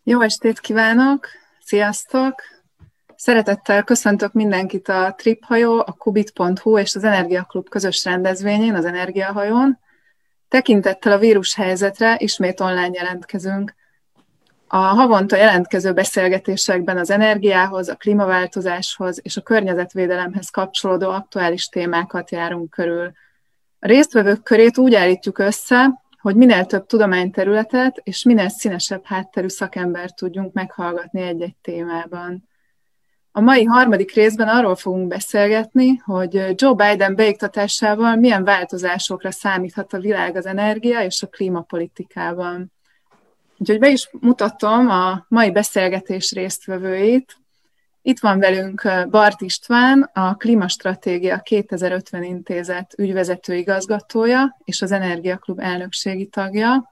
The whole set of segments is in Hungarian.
Jó estét kívánok! Sziasztok! Szeretettel köszöntök mindenkit a TripHajó, a Kubit.hu és az Energiaklub közös rendezvényén, az Energiahajón. Tekintettel a vírushelyzetre ismét online jelentkezünk. A havonta jelentkező beszélgetésekben az energiához, a klímaváltozáshoz és a környezetvédelemhez kapcsolódó aktuális témákat járunk körül. A résztvevők körét úgy állítjuk össze, hogy minél több tudományterületet és minél színesebb hátterű szakembert tudjunk meghallgatni egy-egy témában. A mai harmadik részben arról fogunk beszélgetni, hogy Joe Biden beiktatásával milyen változásokra számíthat a világ az energia és a klímapolitikában. Úgyhogy be is mutatom a mai beszélgetés résztvevőit. Itt van velünk Bart István, a Klímastratégia 2050 Intézet ügyvezető igazgatója és az Energiaklub elnökségi tagja.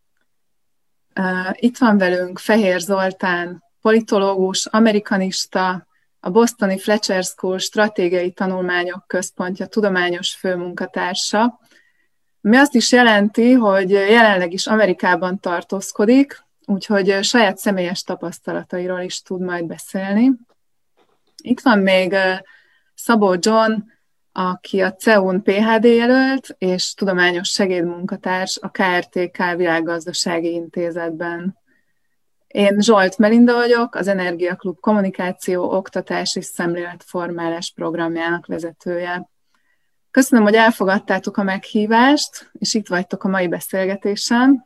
Itt van velünk Fehér Zoltán, politológus, amerikanista, a bostoni Fletcher School Stratégiai Tanulmányok Központja tudományos főmunkatársa, ami azt is jelenti, hogy jelenleg is Amerikában tartózkodik, úgyhogy saját személyes tapasztalatairól is tud majd beszélni. Itt van még Szabó John, aki a CEUN PhD jelölt és tudományos segédmunkatárs a KRTK Világgazdasági Intézetben. Én Zsolt Melinda vagyok, az Energiaklub kommunikáció, oktatás és szemléletformálás programjának vezetője. Köszönöm, hogy elfogadtátok a meghívást, és itt vagytok a mai beszélgetésen.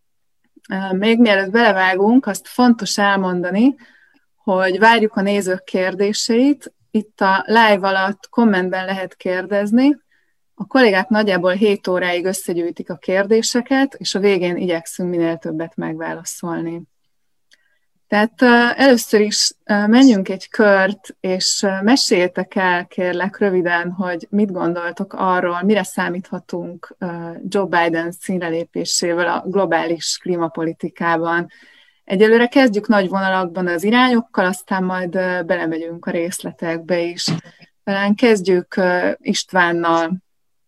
Még mielőtt belevágunk, azt fontos elmondani, hogy várjuk a nézők kérdéseit. Itt a live alatt kommentben lehet kérdezni. A kollégák nagyjából 7 óráig összegyűjtik a kérdéseket, és a végén igyekszünk minél többet megválaszolni. Tehát először is menjünk egy kört, és meséljétek el, kérlek, röviden, hogy mit gondoltok arról, mire számíthatunk Joe Biden színrelépésével a globális klímapolitikában. Egyelőre kezdjük nagy vonalakban az irányokkal, aztán majd belemegyünk a részletekbe is. Talán kezdjük Istvánnal.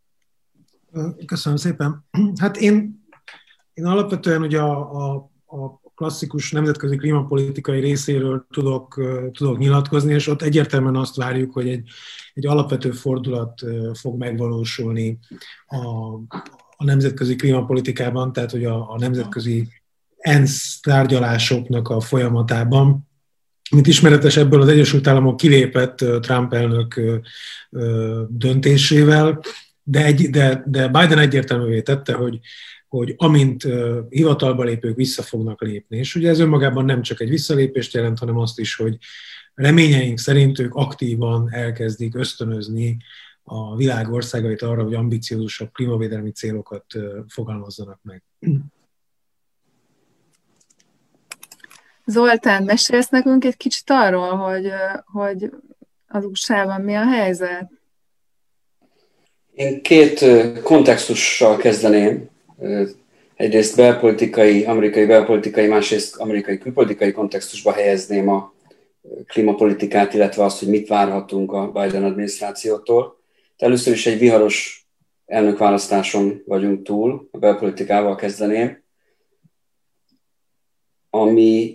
Köszönöm szépen. Hát én alapvetően ugye a klasszikus nemzetközi klímapolitikai részéről tudok nyilatkozni, és ott egyértelműen azt várjuk, hogy egy alapvető fordulat fog megvalósulni a nemzetközi klímapolitikában, tehát hogy a nemzetközi ENSZ tárgyalásoknak a folyamatában. Mint ismeretes, ebből az Egyesült Államok kilépett Trump elnök döntésével, de Biden egyértelművé tette, hogy amint hivatalba lépők vissza fognak lépni. És ugye ez önmagában nem csak egy visszalépést jelent, hanem azt is, hogy reményeink szerint ők aktívan elkezdik ösztönözni a világ országait arra, hogy ambiciózusabb klímavédelmi célokat fogalmazzanak meg. Zoltán, mesélsz nekünk egy kicsit arról, hogy az USA-ban mi a helyzet? Én két kontextussal kezdeném. Egyrészt amerikai belpolitikai, másrészt amerikai külpolitikai kontextusba helyezném a klímapolitikát, illetve azt, hogy mit várhatunk a Biden adminisztrációtól. De először is egy viharos elnökválasztáson vagyunk túl, a belpolitikával kezdeném, ami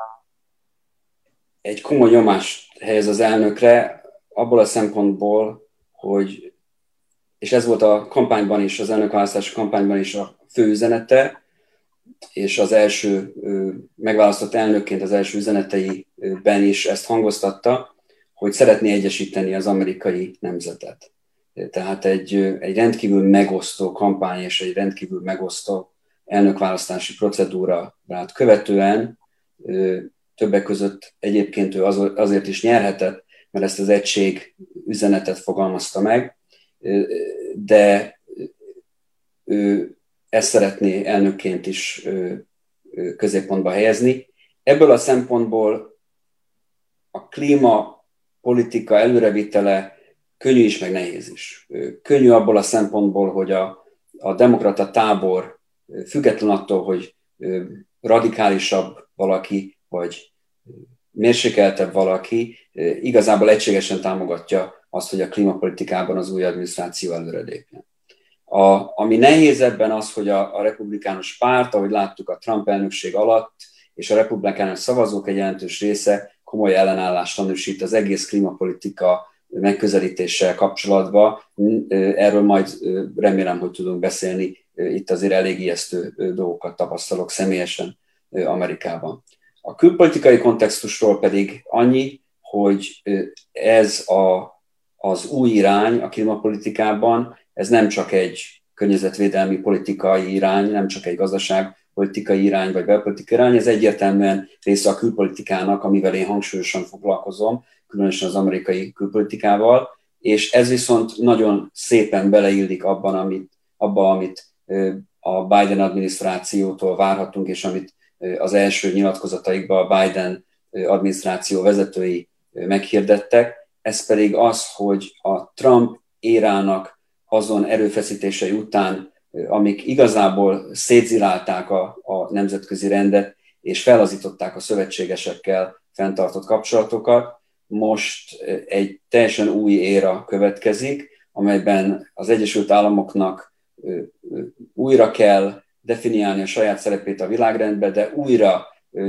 egy komoly nyomást helyez az elnökre, abból a szempontból, hogy, és ez volt a kampányban is, az elnökválasztási kampányban is a fő üzenete, és az első megválasztott elnökként az első üzeneteiben is ezt hangoztatta, hogy szeretné egyesíteni az amerikai nemzetet. Tehát egy rendkívül megosztó kampány és egy rendkívül megosztó elnökválasztási procedúrát követően többek között egyébként ő azért is nyerhetett, mert ezt az egység üzenetet fogalmazta meg, de ő ezt szeretné elnökként is középpontba helyezni. Ebből a szempontból a klímapolitika előrevitele könnyű is, meg nehéz is. Könnyű abból a szempontból, hogy a demokrata tábor független attól, hogy radikálisabb valaki, vagy mérsékeltebb valaki, igazából egységesen támogatja azt, hogy a klímapolitikában az új adminisztráció előrelépjen. Ami nehéz ebben az, hogy a republikánus párt, ahogy láttuk a Trump elnökség alatt, és a republikánus szavazók egy jelentős része komoly ellenállást tanúsít az egész klímapolitika megközelítéssel kapcsolatban. Erről majd remélem, hogy tudunk beszélni. Itt azért elég ijesztő dolgokat tapasztalok személyesen Amerikában. A külpolitikai kontextusról pedig annyi, hogy ez az új irány a klímapolitikában, ez nem csak egy környezetvédelmi politikai irány, nem csak egy gazdaságpolitikai irány vagy belpolitikai irány, ez egyértelműen része a külpolitikának, amivel én hangsúlyosan foglalkozom, különösen az amerikai külpolitikával, és ez viszont nagyon szépen beleillik abba, amit a Biden adminisztrációtól várhatunk, és amit az első nyilatkozataikban a Biden adminisztráció vezetői meghirdettek. Ez pedig az, hogy a Trump érának azon erőfeszítései után, amik igazából szétzilálták a nemzetközi rendet, és fellazították a szövetségesekkel fenntartott kapcsolatokat, most egy teljesen új éra következik, amelyben az Egyesült Államoknak újra kell definiálni a saját szerepét a világrendbe, de újra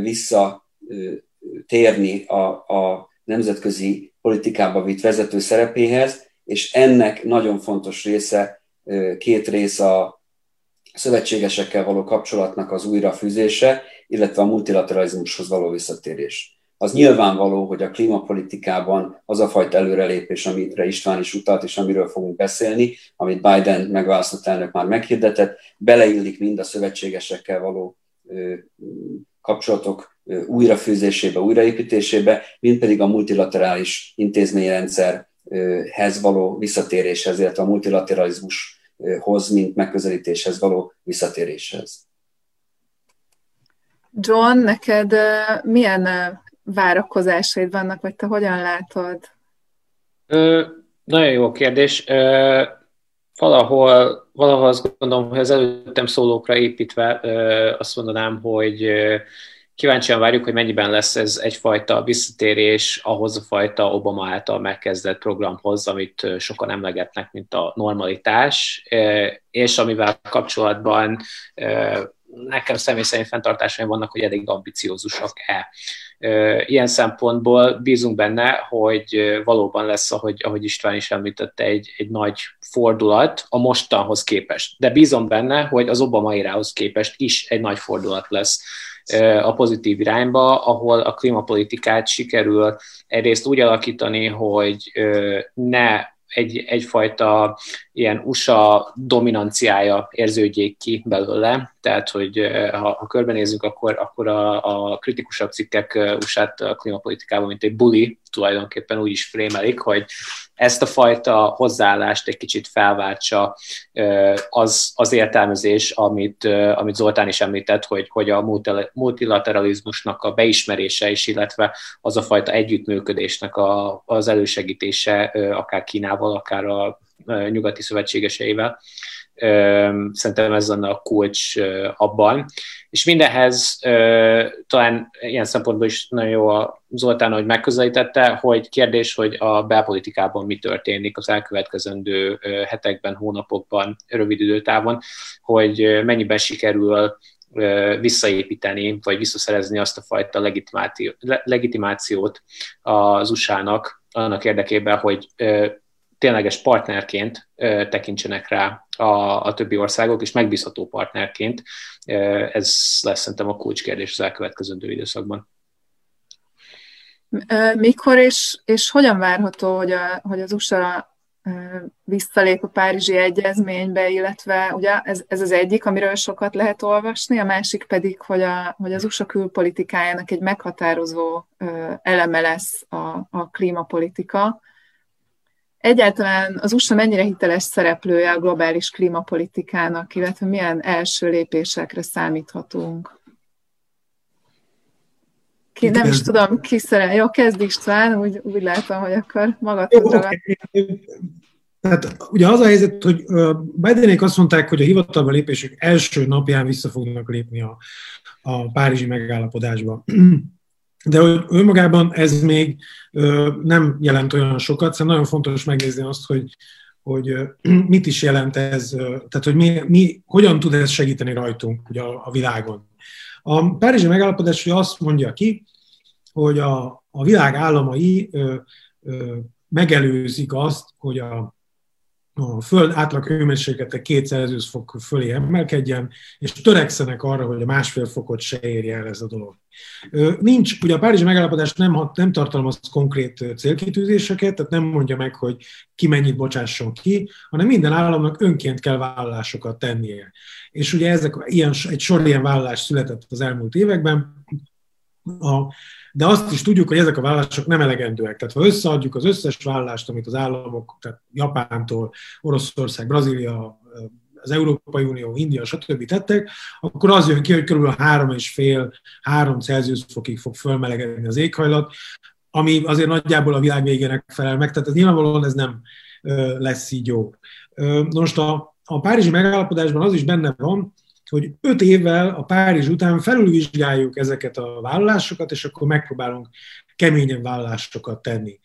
visszatérni a nemzetközi politikába vitt vezető szerepéhez, és ennek nagyon fontos része, két része a szövetségesekkel való kapcsolatnak az újrafűzése, illetve a multilateralizmushoz való visszatérés. Az nyilvánvaló, hogy a klímapolitikában az a fajta előrelépés, amire István is utalt, és amiről fogunk beszélni, amit Biden megválasztott elnök már meghirdetett, beleillik mind a szövetségesekkel való kapcsolatok újrafűzésébe, újraépítésébe, mind pedig a multilaterális intézményrendszerhez való visszatéréshez, illetve a multilateralizmushoz, mint megközelítéshez való visszatéréshez. John, neked milyen várakozásaid vannak, vagy te hogyan látod? Nagyon jó kérdés. Valahol azt gondolom, hogy az előttem szólókra építve azt mondanám, hogy kíváncsian várjuk, hogy mennyiben lesz ez egyfajta visszatérés ahhoz a fajta Obama által megkezdett programhoz, amit sokan emlegetnek, mint a normalitás, és amivel kapcsolatban nekem személy szerint fenntartásaim vannak, hogy elég ambiciózusak-e. Ilyen szempontból bízunk benne, hogy valóban lesz, ahogy István is említette, egy nagy fordulat a mostanhoz képest. De bízom benne, hogy az Obama érához képest is egy nagy fordulat lesz a pozitív irányba, ahol a klímapolitikát sikerül egyrészt úgy alakítani, hogy ne egyfajta ilyen USA dominanciája érződjék ki belőle, tehát hogy ha körbenézzünk, akkor a kritikusabb cikkek USA-t a klímapolitikában, mint egy bully, tulajdonképpen úgy is frémelik, hogy ezt a fajta hozzáállást egy kicsit felváltsa az értelmezés, amit Zoltán is említett, hogy a multilateralizmusnak a beismerése is, illetve az a fajta együttműködésnek az elősegítése, akár Kínával, akár a nyugati szövetségeseivel. Szerintem ez lenne a kulcs abban. És mindenhez talán ilyen szempontból is nagyon jó a Zoltán, hogy megközelítette, hogy kérdés, hogy a belpolitikában mi történik az elkövetkezendő hetekben, hónapokban, rövid időtávon, hogy mennyiben sikerül visszaépíteni, vagy visszaszerezni azt a fajta legitimációt az USA-nak annak érdekében, hogy tényleges partnerként tekintsenek rá a többi országok, és megbízható partnerként. Ez lesz szerintem a kulcskérdés az elkövetkezendő időszakban. Mikor és hogyan várható, hogy az USA visszalép a Párizsi Egyezménybe, illetve ugye ez az egyik, amiről sokat lehet olvasni, a másik pedig, hogy az USA külpolitikájának egy meghatározó eleme lesz a klímapolitika. Egyáltalán az USA mennyire hiteles szereplője a globális klímapolitikának, illetve milyen első lépésekre számíthatunk? Nem is tudom, ki szeretne. Jó, kezd István, úgy látom, hogy akkor magadra. Tehát ugye az a helyzet, hogy Bidenék azt mondták, hogy a hivatalba lépésük első napján vissza fognak lépni a párizsi megállapodásba. De hogy önmagában ez még nem jelent olyan sokat, szóval nagyon fontos megnézni azt, hogy mit is jelent ez, tehát hogy hogyan tud ez segíteni rajtunk ugye a világon. A párizsi megállapodás azt mondja ki, hogy a világ államai megelőzik azt, hogy a Föld átlag hőmérséklete 2 Celsius fok fölé emelkedjen, és törekszenek arra, hogy a 1,5 fokot se érje el ez a dolog. Nincs, ugye a párizsi megállapodás nem tartalmaz konkrét célkitűzéseket, tehát nem mondja meg, hogy ki mennyit bocsásson ki, hanem minden államnak önként kell vállalásokat tennie. És ugye egy sor ilyen vállalás született az elmúlt években, de azt is tudjuk, hogy ezek a vállalások nem elegendőek. Tehát ha összeadjuk az összes vállalást, amit az államok, tehát Japántól, Oroszország, Brazília, az Európai Unió, India, stb. Tettek, akkor az jön ki, hogy kb. 3,5-3 Celsius fokig fog fölmelegedni az éghajlat, ami azért nagyjából a világ végének felel meg, tehát nyilvánvalóan ez nem lesz így jó. Most a párizsi megállapodásban az is benne van, hogy 5 évvel a Párizs után felülvizsgáljuk ezeket a vállalásokat, és akkor megpróbálunk keményebb vállalásokat tenni.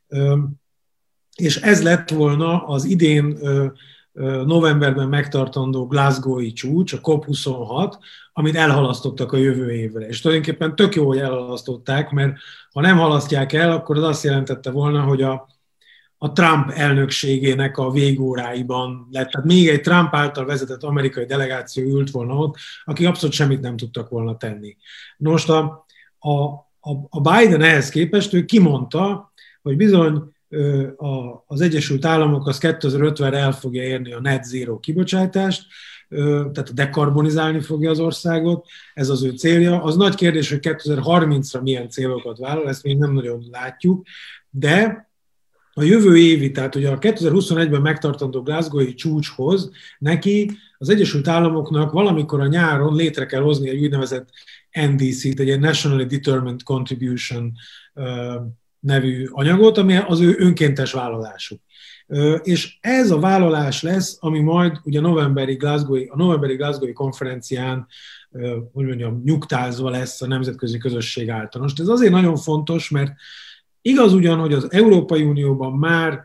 És ez lett volna az idén novemberben megtartandó Glasgow-i csúcs, a COP26, amit elhalasztottak a jövő évre. És tulajdonképpen tök jó, hogy elhalasztották, mert ha nem halasztják el, akkor az azt jelentette volna, hogy a Trump elnökségének a végóráiban lett. Tehát még egy Trump által vezetett amerikai delegáció ült volna ott, akik abszolút semmit nem tudtak volna tenni. Most a Biden ehhez képest ő kimondta, hogy bizony az Egyesült Államok az 2050-re el fogja érni a net zero kibocsátást, tehát dekarbonizálni fogja az országot, ez az ő célja. Az nagy kérdés, hogy 2030-ra milyen célokat vállal, ezt még nem nagyon látjuk, de a jövő évi, tehát ugye a 2021-ben megtartandó Glasgow-i csúcshoz neki az Egyesült Államoknak valamikor a nyáron létre kell hozni egy úgynevezett NDC-t, egy Nationally Determined Contribution nevű anyagot, ami az ő önkéntes vállalásuk. És ez a vállalás lesz, ami majd ugye a novemberi Glasgow-i konferencián, hogy mondjam, nyugtázva lesz a nemzetközi közösség által. Most ez azért nagyon fontos, mert igaz ugyan, hogy az Európai Unióban már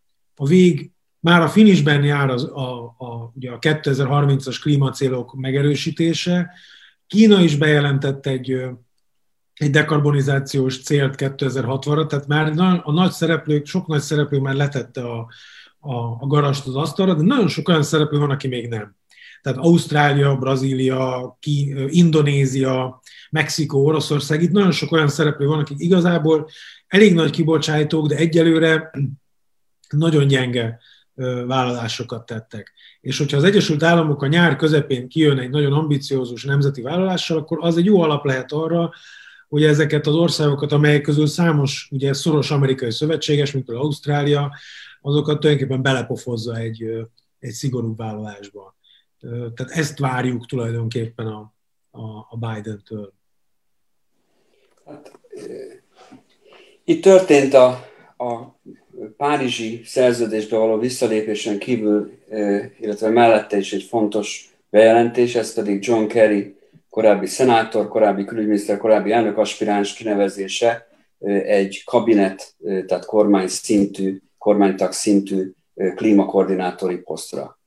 a finishben jár ugye a 2030-as klímacélok megerősítése. Kína is bejelentett egy dekarbonizációs célt 2060-ra, tehát már sok nagy szereplő már letette a garast az asztalra, de nagyon sok olyan szereplő van, aki még nem. Tehát Ausztrália, Brazília, Indonézia, Mexikó, Oroszország, itt nagyon sok olyan szereplő van, akik igazából elég nagy kibocsátók, de egyelőre nagyon gyenge vállalásokat tettek. És hogyha az Egyesült Államok a nyár közepén kijön egy nagyon ambiciózus nemzeti vállalással, akkor az egy jó alap lehet arra, hogy ezeket az országokat, amelyek közül számos ugye, szoros amerikai szövetséges, mint például Ausztrália, azokat tulajdonképpen belepofozza egy szigorú vállalásba. Tehát ezt várjuk tulajdonképpen a Biden-től. Hát, itt történt a párizsi szerződésbe való visszalépésen kívül, illetve mellette is egy fontos bejelentés, ez pedig John Kerry, korábbi szenátor, korábbi külügyminiszter, korábbi elnökaspiráns kinevezése egy kabinet, tehát kormánytag szintű klímakoordinátori posztra.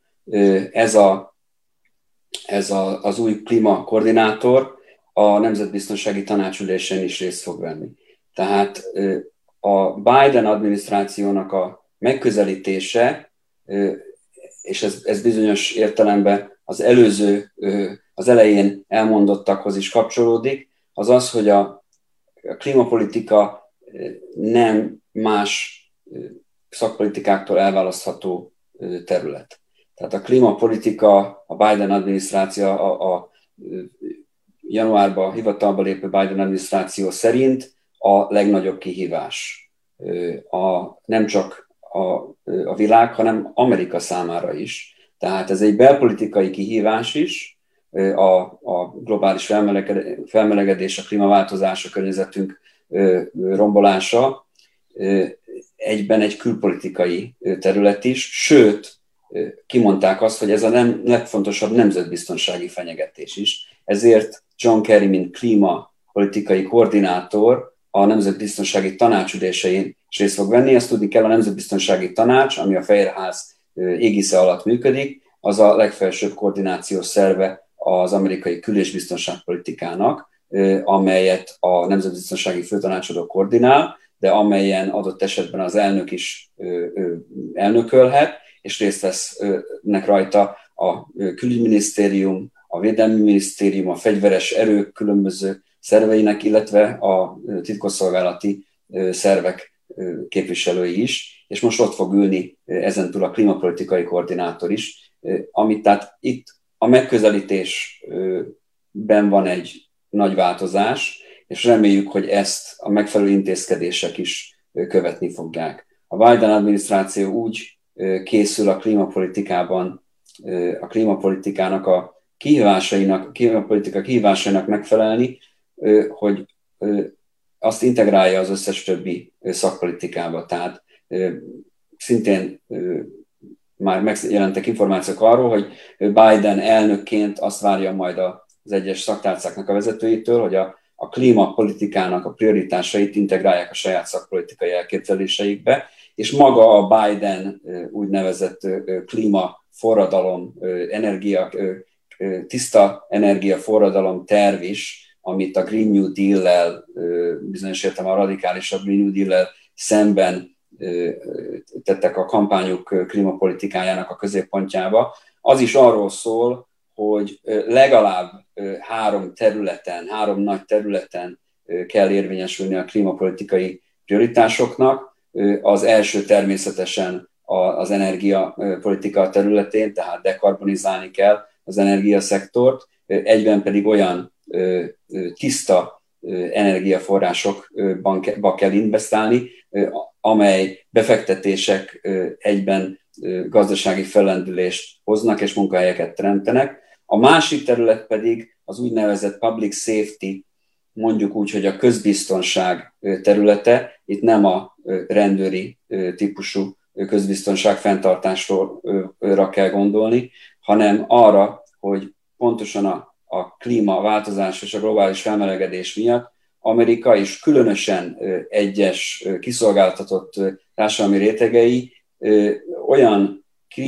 Ez az új klímakoordinátor a Nemzetbiztonsági Tanácsülésen is részt fog venni. Tehát a Biden adminisztrációnak a megközelítése, és ez bizonyos értelemben az elején elmondottakhoz is kapcsolódik, az az, hogy a klímapolitika nem más szakpolitikáktól elválasztható terület. Tehát a klímapolitika, a Biden adminisztráció, a januárban hivatalba lépő Biden adminisztráció szerint a legnagyobb kihívás. Nem csak a világ, hanem Amerika számára is. Tehát ez egy belpolitikai kihívás is, a globális felmelegedés, a klímaváltozás, a környezetünk rombolása, egyben egy külpolitikai terület is, sőt, kimondták azt, hogy ez a legfontosabb nemzetbiztonsági fenyegetés is. Ezért John Kerry, mint klímapolitikai koordinátor a Nemzetbiztonsági Tanács ülésein is részt fog venni. Ezt tudni kell, a Nemzetbiztonsági Tanács, ami a Fehérház égisze alatt működik, az a legfelsőbb koordinációs szerve az amerikai kül- és biztonságpolitikának, amelyet a Nemzetbiztonsági Főtanácsadó koordinál, de amelyen adott esetben az elnök is elnökölhet, és részt vesznek rajta a külügyminisztérium, a védelmi minisztérium, a fegyveres erők különböző szerveinek, illetve a titkosszolgálati szervek képviselői is, és most ott fog ülni ezentúl a klímapolitikai koordinátor is, amit tehát itt a megközelítésben van egy nagy változás, és reméljük, hogy ezt a megfelelő intézkedések is követni fogják. A Biden adminisztráció úgy készül a klímapolitikának a klímapolitika kihívásainak megfelelni, hogy azt integrálja az összes többi szakpolitikába. Tehát szintén már megjelentek információk arról, hogy Biden elnökként azt várja majd az egyes szaktárcáknak a vezetőitől, hogy a klímapolitikának a prioritásait integrálják a saját szakpolitikai elképzeléseikbe, és maga a Biden úgynevezett klímaforradalom, tiszta energiaforradalom terv is, amit a Green New Deal-lel, bizonyos értelemben a radikálisabb Green New Deal-lel szemben tettek a kampányuk klímapolitikájának a középpontjába, az is arról szól, hogy legalább három nagy területen kell érvényesülni a klímapolitikai prioritásoknak. Az első természetesen az energiapolitika területén, tehát dekarbonizálni kell az energiaszektort, egyben pedig olyan tiszta energiaforrásokba kell investálni, amely befektetések egyben gazdasági fellendülést hoznak és munkahelyeket teremtenek. A másik terület pedig az úgynevezett public safety, mondjuk úgy, hogy a közbiztonság területe. Itt nem a rendőri típusú közbiztonság fenntartásra kell gondolni, hanem arra, hogy pontosan a klímaváltozás és a globális felmelegedés miatt Amerika és különösen egyes kiszolgáltatott társadalmi rétegei olyan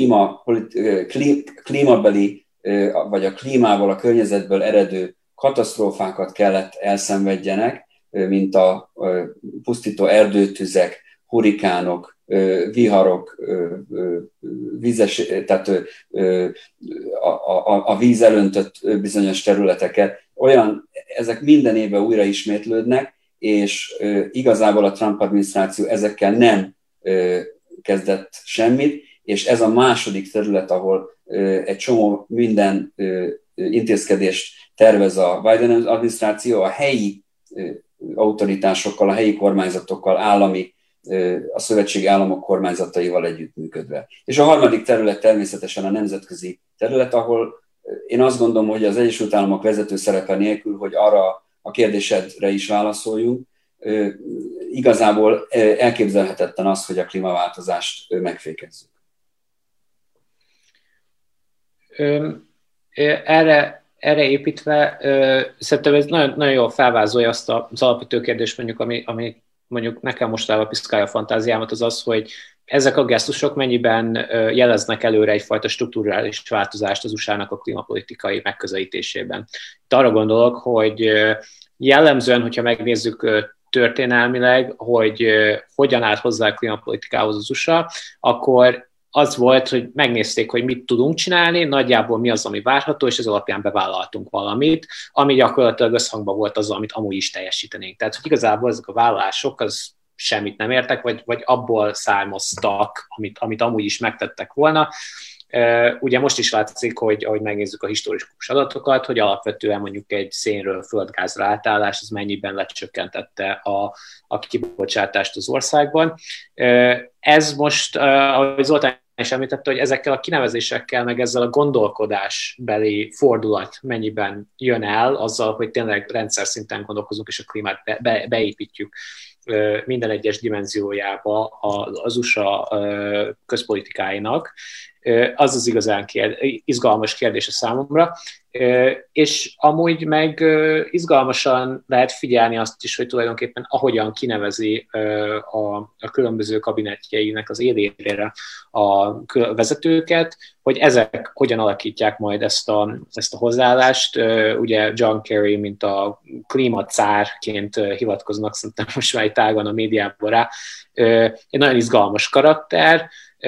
klímabeli vagy a klímával, a környezetből eredő katasztrófákat kellett elszenvedjenek, mint a pusztító erdőtüzek, hurrikánok, viharok, tehát a víz elöntött bizonyos területeket. Ezek minden évben újra ismétlődnek, és igazából a Trump adminisztráció ezekkel nem kezdett semmit, és ez a második terület, ahol egy csomó minden intézkedést tervez a Biden adminisztráció, a helyi autoritásokkal, a helyi kormányzatokkal, a szövetségi államok kormányzataival együttműködve. És a harmadik terület természetesen a nemzetközi terület, ahol én azt gondolom, hogy az Egyesült Államok vezető szerepe nélkül, hogy arra a kérdésedre is válaszoljunk, igazából elképzelhetetlen az, hogy a klímaváltozást megfékezzük. Erre építve szerintem ez nagyon, nagyon jól felvázolja azt az alapvető kérdést, mondjuk, ami mondjuk nekem mostanában piszkálja a fantáziámat, az az, hogy ezek a gesztusok mennyiben jeleznek előre egyfajta strukturális változást az USA-nak a klímapolitikai megközelítésében. Itt arra gondolok, hogy jellemzően, hogyha megnézzük történelmileg, hogy hogyan állt hozzá a klímapolitikához az USA, akkor az volt, hogy megnézték, hogy mit tudunk csinálni, nagyjából mi az, ami várható, és ez alapján bevállaltunk valamit, ami gyakorlatilag összhangban volt azzal, amit amúgy is teljesítenénk. Tehát, hogy igazából ezek a vállalások az semmit nem értek, vagy abból származtak, amit amúgy is megtettek volna. Ugye most is látszik, hogy ahogy megnézzük a historikus adatokat, hogy alapvetően mondjuk egy szénről földgázra átállás, ez mennyiben lecsökkentette a kibocsátást az országban. Ez most, ahogy Zoltán is említette, hogy ezekkel a kinevezésekkel, meg ezzel a gondolkodásbeli fordulat mennyiben jön el, azzal, hogy tényleg rendszer szinten gondolkozunk, és a klímát beépítjük minden egyes dimenziójába az USA közpolitikáinak. Az az igazán izgalmas kérdés a számomra. És amúgy meg izgalmasan lehet figyelni azt is, hogy tulajdonképpen ahogyan kinevezi a különböző kabinetjeinek az élére a vezetőket, hogy ezek hogyan alakítják majd ezt a hozzáállást. Ugye John Kerry, mint a klímacárként hivatkoznak, szerintem most már itt ágon a médiában rá, egy nagyon izgalmas karakter,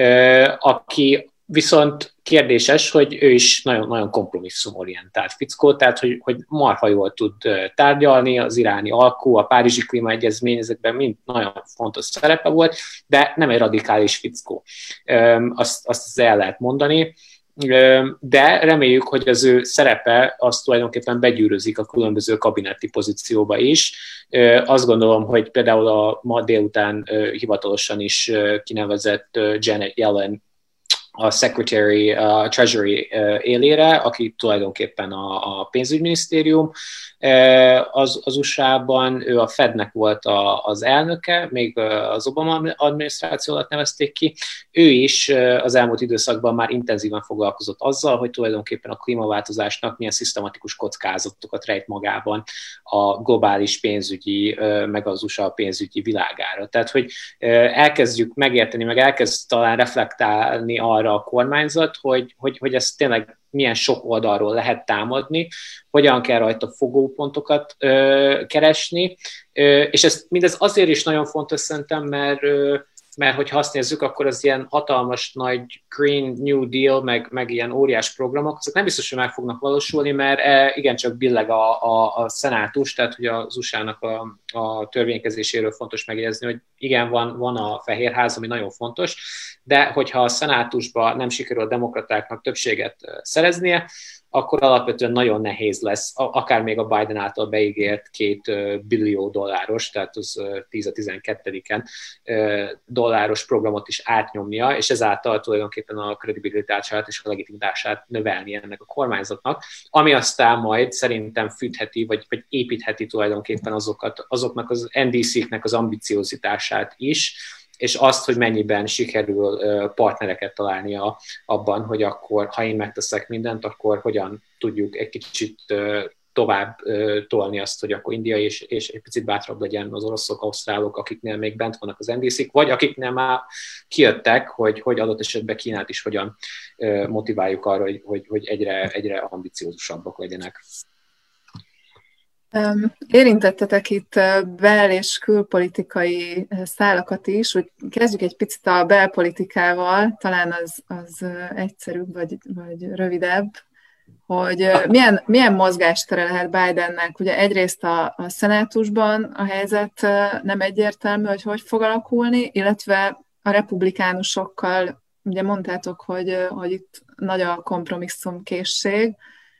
aki viszont kérdéses, hogy ő is nagyon kompromisszumorientált fickó, tehát hogy marha jól tud tárgyalni, az iráni alkú, a párizsi klímaegyezmény, ezekben mind nagyon fontos szerepe volt, de nem egy radikális fickó. Azt el lehet mondani, de reméljük, hogy az ő szerepe az tulajdonképpen begyűrözik a különböző kabinetti pozícióba is. Azt gondolom, hogy például a ma délután hivatalosan is kinevezett Janet Yellen a Treasury élére, aki tulajdonképpen a pénzügyminisztérium az USA-ban, ő a Fednek volt az elnöke, még az Obama adminisztráció alatt nevezték ki. Ő is az elmúlt időszakban már intenzíven foglalkozott azzal, hogy tulajdonképpen a klímaváltozásnak milyen szisztematikus kockázatokat rejt magában a globális pénzügyi, meg az USA pénzügyi világára. Tehát, hogy elkezdjük megérteni, meg elkezd talán reflektálni arra a kormányzat, hogy ez tényleg milyen sok oldalról lehet támadni, hogyan kell rajta fogópontokat keresni, és mindez azért is nagyon fontos szerintem, mert hogyha azt nézzük, akkor az ilyen hatalmas nagy Green New Deal, meg ilyen óriás programok, azok nem biztos, hogy meg fognak valósulni, mert igencsak billeg a szenátus, tehát hogy az USA-nak a törvénykezéséről fontos megjegyezni, hogy igen, van a Fehérház, ami nagyon fontos, de hogyha a szenátusban nem sikerül a demokratáknak többséget szereznie, akkor alapvetően nagyon nehéz lesz, akár még a Biden által beígért $2 billió, tehát az 10-12-en dolláros programot is átnyomnia, és ezáltal tulajdonképpen a kredibilitását és a legitimitását növelni ennek a kormányzatnak, ami aztán majd szerintem fűtheti, vagy építheti tulajdonképpen azoknak az NDC-knek az ambiciózitását is, és azt, hogy mennyiben sikerül partnereket találnia abban, hogy akkor, ha én megteszek mindent, akkor hogyan tudjuk egy kicsit tovább tolni azt, hogy akkor India és egy picit bátrabb legyen az oroszok, ausztrálok, akiknél még bent vannak az NDC-k, vagy akiknél már kijöttek, hogy adott esetben Kínát is hogyan motiváljuk arra, hogy egyre ambiciózusabbak legyenek. Érintettetek itt bel- és külpolitikai szálakat is, hogy kezdjük egy picit a belpolitikával, talán az egyszerűbb vagy rövidebb, hogy milyen mozgástere lehet Bidennek. Ugye egyrészt a szenátusban a helyzet nem egyértelmű, hogy fog alakulni, illetve a republikánusokkal, ugye mondtátok, hogy itt nagy a kompromisszumkészség,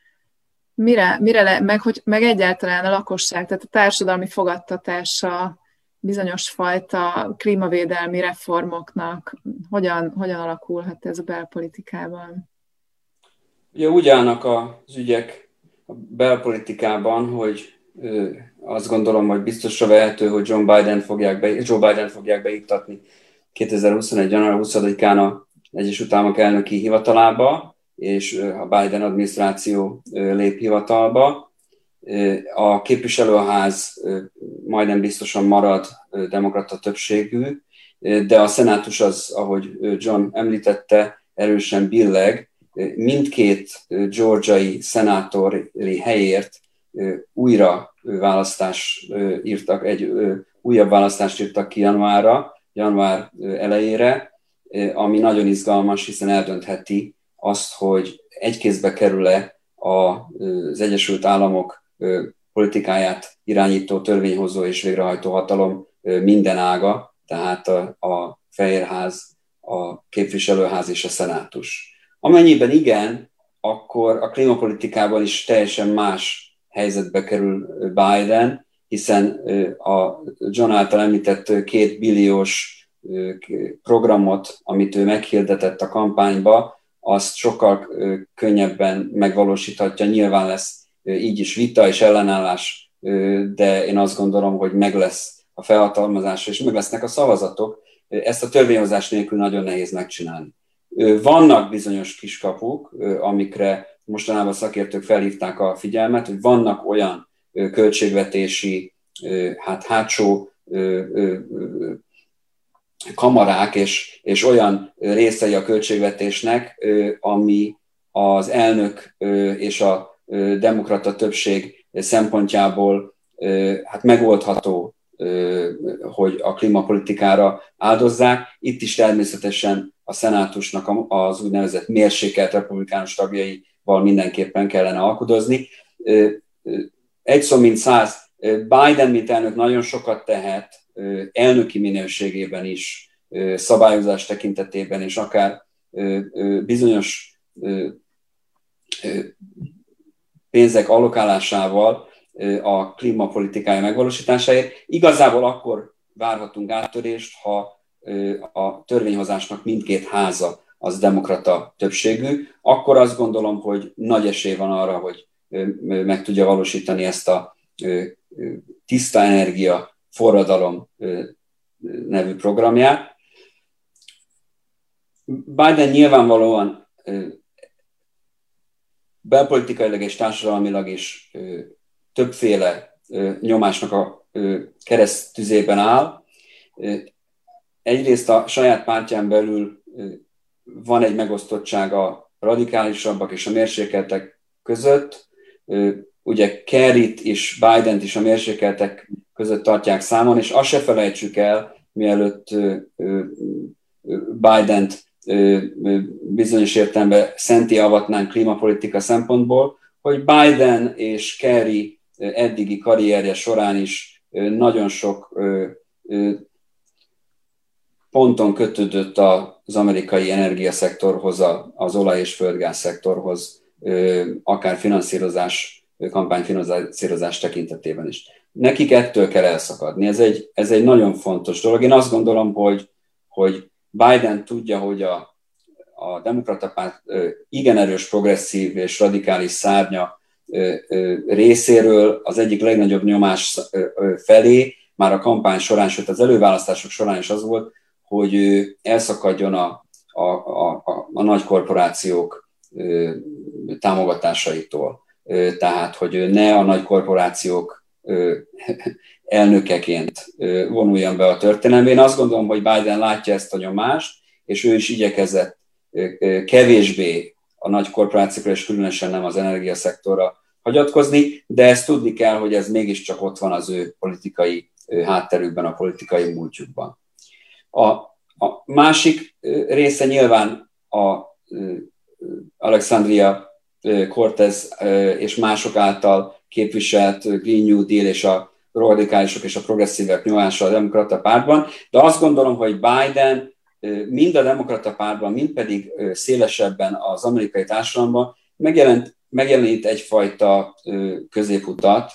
meg egyáltalán a lakosság, tehát a társadalmi fogadtatása bizonyos fajta klímavédelmi reformoknak hogyan alakulhat ez a belpolitikában? Ugye úgy állnak az ügyek a belpolitikában, hogy azt gondolom, hogy biztosra vehető, hogy Joe Biden fogják beiktatni 2021. január 20-án az Egyesült Államok elnöki hivatalába, és a Biden adminisztráció lép hivatalba. A képviselőház majdnem biztosan marad demokrata többségű, de a szenátus az, ahogy John említette, erősen billeg. Mindkét georgiai szenátori helyért újabb választást írtak ki január elejére, ami nagyon izgalmas, hiszen eldöntheti azt, hogy egy kézbe kerül-e az Egyesült Államok politikáját irányító, törvényhozó és végrehajtó hatalom minden ága, tehát a Fehérház, a képviselőház és a szenátus. Amennyiben igen, akkor a klímapolitikában is teljesen más helyzetbe kerül Biden, hiszen a John által említett 2 billiós programot, amit ő meghirdetett a kampányba, azt sokkal könnyebben megvalósíthatja. Nyilván lesz így is vita és ellenállás, de én azt gondolom, hogy meg lesz a felhatalmazása és meg lesznek a szavazatok. Ezt a törvényhozás nélkül nagyon nehéz megcsinálni. Vannak bizonyos kiskapuk, amikre mostanában szakértők felhívták a figyelmet, hogy vannak olyan költségvetési hátsó kamarák és olyan részei a költségvetésnek, ami az elnök és a demokrata többség szempontjából megoldható, hogy a klímapolitikára áldozzák. Itt is természetesen a szenátusnak az úgynevezett mérsékelt republikánus tagjaival mindenképpen kellene alkudozni. Egy szó mint száz, Biden, mint elnök nagyon sokat tehet, elnöki minőségében is, szabályozás tekintetében, és akár bizonyos pénzek allokálásával a klímapolitikája megvalósításáért. Igazából akkor várhatunk áttörést, ha a törvényhozásnak mindkét háza az demokrata többségű, akkor azt gondolom, hogy nagy esély van arra, hogy meg tudja valósítani ezt a tiszta energia forradalom nevű programját. Biden nyilvánvalóan belpolitikailag és társadalmilag is többféle nyomásnak a keresztüzében áll. Egyrészt a saját pártján belül van egy megosztottság a radikálisabbak és a mérsékeltek között. Ugye Kerryt és Bident is a mérsékeltek között tartják számon, és azt se felejtsük el, mielőtt Bident bizonyos értelemben szentté avatnánk klímapolitika szempontból, hogy Biden és Kerry eddigi karrierje során is nagyon sok ponton kötődött az amerikai energiaszektorhoz, az olaj- és földgáz szektorhoz, akár kampányfinanszírozás tekintetében is. Nekik ettől kell elszakadni. Ez egy nagyon fontos dolog. Én azt gondolom, hogy Biden tudja, hogy a demokrata párt igen erős, progresszív és radikális szárnya részéről az egyik legnagyobb nyomás felé, már a kampány során, sőt az előválasztások során is az volt, hogy elszakadjon a nagy korporációk támogatásaitól. Tehát, hogy ne a nagy korporációk elnökeként vonuljon be a történelembe. Én azt gondolom, hogy Biden látja ezt a nyomást, és ő is igyekezett kevésbé a nagy korporációkra, és különösen nem az energiaszektorra hagyatkozni, de ezt tudni kell, hogy ez mégiscsak ott van az ő politikai hátterükben, a politikai múltjukban. A másik része nyilván a Alexandria Cortez és mások által képviselt Green New Deal és a radikálisok és a progresszívek nyomása a demokrata pártban, de azt gondolom, hogy Biden mind a demokrata pártban, mind pedig szélesebben az amerikai társadalomban megjelenít egyfajta középutat,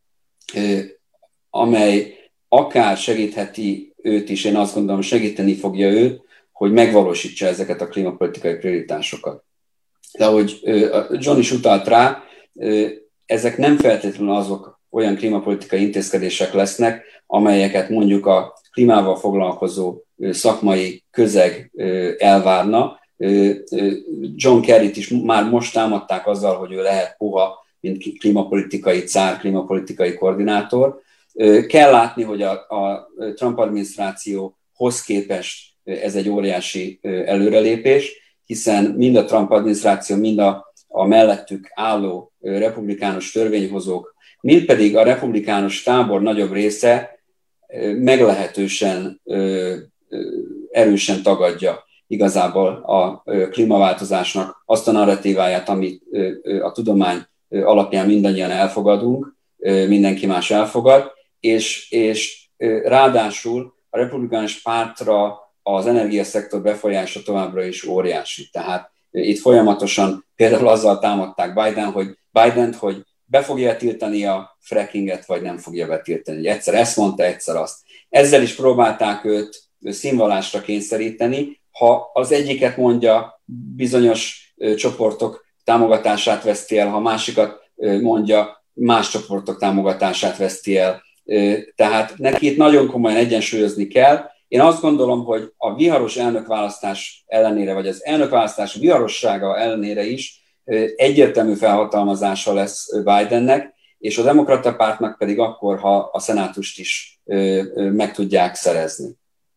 amely akár segítheti őt is, én azt gondolom, segíteni fogja őt, hogy megvalósítsa ezeket a klímapolitikai prioritásokat. De ahogy John is utalt rá, ezek nem feltétlenül azok olyan klímapolitikai intézkedések lesznek, amelyeket mondjuk a klímával foglalkozó szakmai közeg elvárna. John Kerryt is már most támadták azzal, hogy ő lehet puha, mint klímapolitikai cár, klímapolitikai koordinátor. Kell látni, hogy a Trump adminisztrációhoz képest ez egy óriási előrelépés, hiszen mind a Trump adminisztráció, mind a mellettük álló republikánus törvényhozók, mind pedig a republikánus tábor nagyobb része meglehetősen erősen tagadja igazából a klímaváltozásnak azt a narratíváját, amit a tudomány alapján mindannyian elfogadunk, mindenki más elfogad, és ráadásul a republikánus pártra az energiaszektor befolyása továbbra is óriási. Tehát itt folyamatosan például azzal támadták Bident, hogy be fogja tiltani a frackinget, vagy nem fogja betiltani. Egyszer ezt mondta, egyszer azt. Ezzel is próbálták őt színvallásra kényszeríteni. Ha az egyiket mondja, bizonyos csoportok támogatását veszti el, ha másikat mondja, más csoportok támogatását veszti el. Tehát neki itt nagyon komolyan egyensúlyozni kell, Én azt gondolom, hogy a viharos elnökválasztás ellenére, vagy az elnökválasztás viharossága ellenére is egyértelmű felhatalmazása lesz Bidennek, és a demokrata pártnak pedig akkor, ha a szenátust is meg tudják szerezni.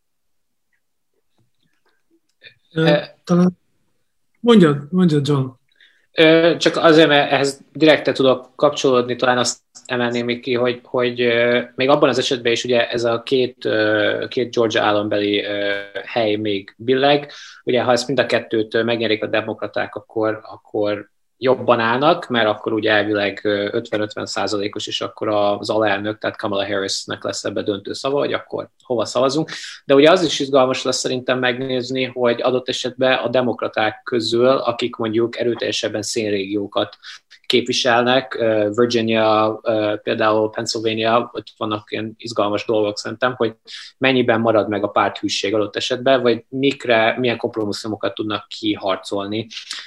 Talán mondjad, John. Csak azért, mert ehhez direkte tudok kapcsolódni, talán azt emelném még ki, hogy még abban az esetben is ugye ez a két Georgia állambeli hely még billeg, ugye ha ezt mind a kettőt megnyerik a demokraták, akkor jobban állnak, mert akkor ugye elvileg 50-50%-os, és akkor az alelnök, tehát Kamala Harrisnek lesz ebbe döntő szava, hogy akkor hova szavazunk. De ugye az is izgalmas lesz szerintem megnézni, hogy adott esetben a demokraták közül, akik mondjuk erőteljesebben szénrégiókat képviselnek, Virginia, például Pennsylvania, ott vannak ilyen izgalmas dolgok szerintem, hogy mennyiben marad meg a párthűség adott esetben, vagy milyen kompromisszumokat tudnak kiharcolni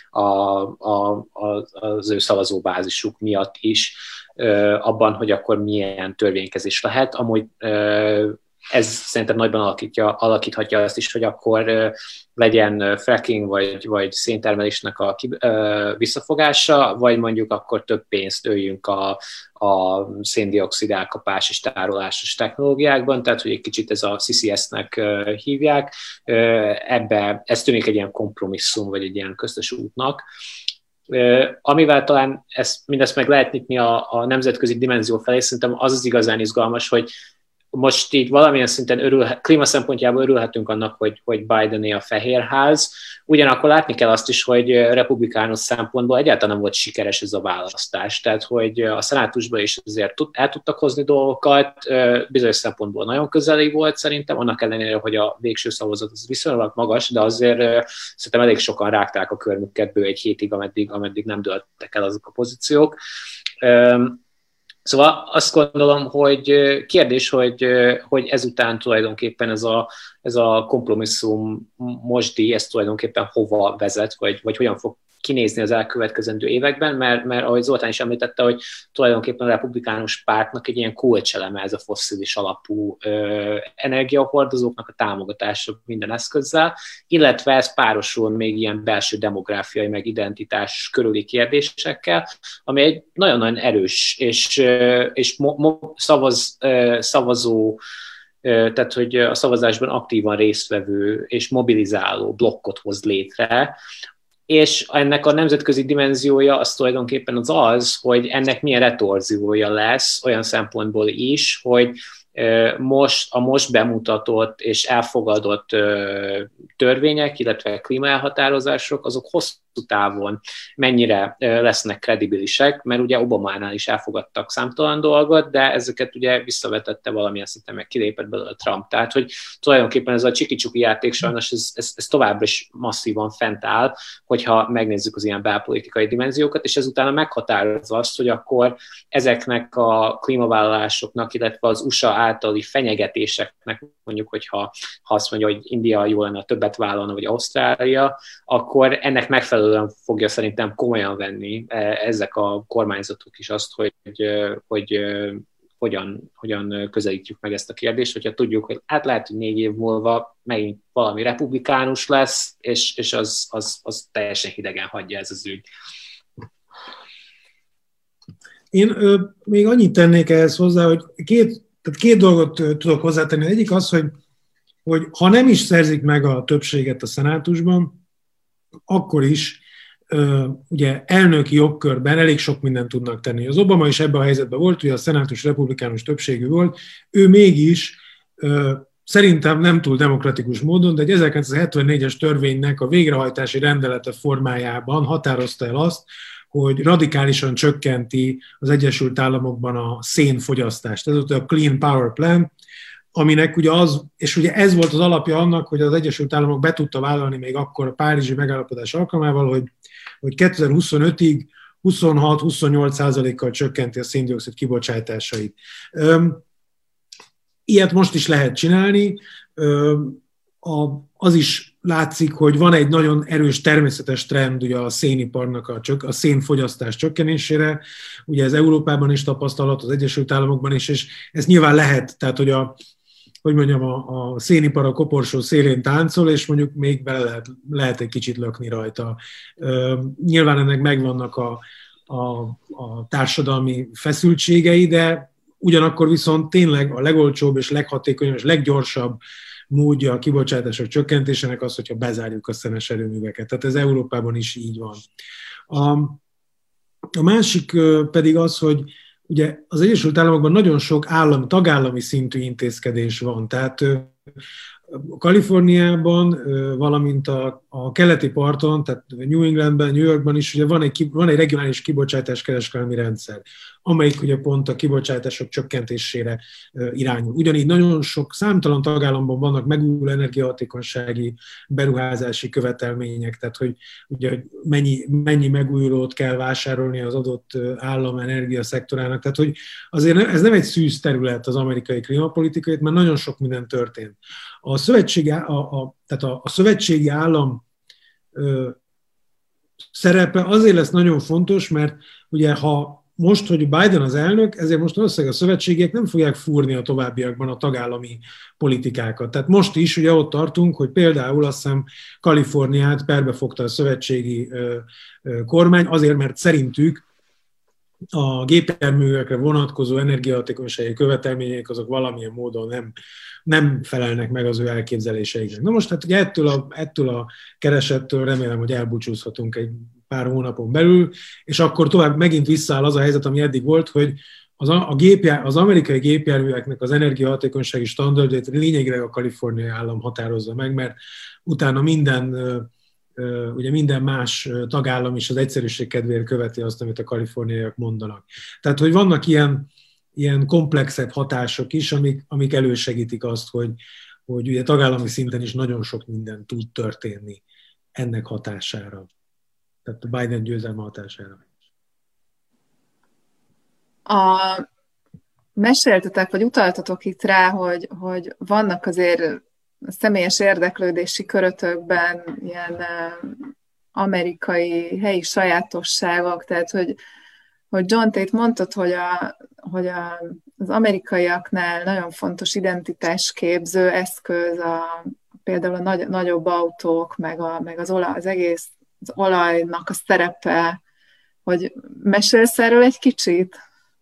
az ő szavazóbázisuk miatt is, abban, hogy akkor milyen törvénykezés lehet. Amúgy ez szerintem nagyban alakíthatja azt is, hogy akkor legyen fracking vagy széntermelésnek a visszafogása, vagy mondjuk akkor több pénzt öljünk a széndioxid elkapás és tárolásos technológiákban, tehát hogy egy kicsit ez a CCS-nek hívják. Ez tűnik egy ilyen kompromisszum, vagy egy ilyen köztes útnak. Amivel talán mindezt meg lehet nyitni a nemzetközi dimenzió felé, szerintem az igazán izgalmas, hogy most így valamilyen szinten klíma szempontjából örülhetünk annak, hogy Bidené a Fehérház. Ugyanakkor látni kell azt is, hogy republikánus szempontból egyáltalán nem volt sikeres ez a választás. Tehát, hogy a szenátusban is azért el tudtak hozni dolgokat, bizonyos szempontból nagyon közeli volt szerintem, annak ellenére, hogy a végső szavazat az viszonylag magas, de azért szerintem elég sokan rágták a körmüket bő egy hétig, ameddig nem dőltek el azok a pozíciók. Szóval azt gondolom, hogy kérdés, hogy ezután tulajdonképpen ez a kompromisszum mosdi, ez tulajdonképpen hova vezet, vagy hogyan fog kinézni az elkövetkezendő években, mert ahogy Zoltán is említette, hogy tulajdonképpen a republikánus pártnak egy ilyen kulcseleme ez a fosszilis alapú energiahordozóknak a támogatása minden eszközzel, illetve ez párosul még ilyen belső demográfiai meg identitás körüli kérdésekkel, ami egy nagyon-nagyon erős és szavazó, tehát hogy a szavazásban aktívan résztvevő és mobilizáló blokkot hoz létre, és ennek a nemzetközi dimenziója az tulajdonképpen az, hogy ennek milyen retorziója lesz olyan szempontból is, hogy a most bemutatott és elfogadott törvények, illetve klímaelhatározások, azok hosszú távon mennyire lesznek kredibilisek, mert ugye Obamánál is elfogadtak számtalan dolgot, de ezeket ugye visszavetette valamilyen szinten, meg kilépett belőle Trump. Tehát, hogy tulajdonképpen ez a csiki-csuki játék sajnos ez továbbra is masszívan fent áll, hogyha megnézzük az ilyen belpolitikai dimenziókat, és ezután meghatározza azt, hogy akkor ezeknek a klímavállalásoknak, illetve az USA általi fenyegetéseknek, mondjuk, hogyha azt mondja, hogy India jó lenne, többet vállalna, vagy Ausztrália, akkor ennek megfelelően fogja szerintem komolyan venni ezek a kormányzatok is azt, hogy hogyan közelítjük meg ezt a kérdést, hogyha tudjuk, hogy hát lehet, hogy 4 év múlva megint valami republikánus lesz, és az teljesen hidegen hagyja ez az ügy. Én még annyit tennék ehhez hozzá, hogy két dolgot tudok hozzátenni. Egyik az, hogy ha nem is szerzik meg a többséget a szenátusban, akkor is ugye elnöki jogkörben elég sok mindent tudnak tenni. Az Obama is ebben a helyzetben volt, ugye a szenátus republikánus többségű volt, ő mégis szerintem nem túl demokratikus módon, de egy 1974-es törvénynek a végrehajtási rendelete formájában határozta el azt, hogy radikálisan csökkenti az Egyesült Államokban a szénfogyasztást. Ez volt a Clean Power Plan, aminek ugye és ugye ez volt az alapja annak, hogy az Egyesült Államok be tudta vállalni még akkor a párizsi megállapodás alkalmával, hogy 2025-ig 26-28%-kal csökkenti a széndioxid kibocsátásait. Ilyet most is lehet csinálni. Az is látszik, hogy van egy nagyon erős természetes trend ugye a széniparnak a szénfogyasztás csökkenésére. Ugye ez Európában is tapasztalható, az Egyesült Államokban is, és ez nyilván lehet, tehát hogy hogy mondjam, a szénipar a koporsó szélén táncol, és mondjuk még bele lehet egy kicsit lökni rajta. Nyilván ennek megvannak a társadalmi feszültségei, de ugyanakkor viszont tényleg a legolcsóbb és leghatékonyabb és leggyorsabb módja a kibocsátások csökkentésének az, hogyha bezárjuk a szenes erőműveket. Tehát ez Európában is így van. A másik pedig az, hogy ugye az Egyesült Államokban nagyon sok tagállami szintű intézkedés van. Tehát Kaliforniában, valamint a keleti parton, tehát New Englandben, New Yorkban is ugye van egy regionális kibocsátáskereskedelmi rendszer, amelyik ugye pont a kibocsátások csökkentésére irányul. Ugyanígy nagyon sok számtalan tagállamban vannak megújuló energiahatékonysági beruházási követelmények, tehát hogy ugye mennyi megújulót kell vásárolni az adott állam energiaszektorának. Tehát hogy azért ez nem egy szűz terület az amerikai klímapolitikai, mert nagyon sok minden történt. A szövetségi állam szerepe azért lesz nagyon fontos, mert ugye ha most, hogy Biden az elnök, ezért most valószínűleg a szövetségiek nem fogják fúrni a továbbiakban a tagállami politikákat. Tehát most is ugye ott tartunk, hogy például azt hiszem Kaliforniát perbefogta a szövetségi kormány, azért, mert szerintük a gépjárművekre vonatkozó energiahatékonysági követelmények azok valamilyen módon nem felelnek meg az ő elképzeléseiknek. Na most hát ugye ettől a keresettől remélem, hogy elbúcsúzhatunk egy pár hónapon belül, és akkor tovább megint visszaáll az a helyzet, ami eddig volt, hogy az amerikai gépjárműveknek az energiahatékonysági standardjait lényegileg a kaliforniai állam határozza meg, mert utána minden más tagállam is az egyszerűség kedvéért követi azt, amit a kaliforniaiak mondanak. Tehát, hogy vannak ilyen komplexebb hatások is, amik elősegítik azt, hogy ugye tagállami szinten is nagyon sok minden tud történni ennek hatására. Tehát a Biden győzelme hatására. Meséltetek, vagy utaltatok itt rá, hogy vannak azért személyes érdeklődési körötökben ilyen amerikai helyi sajátosságok, tehát hogy John, te itt mondtad, hogy az amerikaiaknál nagyon fontos identitásképző eszköz például a nagyobb autók, meg az egész az olajnak a szerepe, hogy mesélsz erről egy kicsit?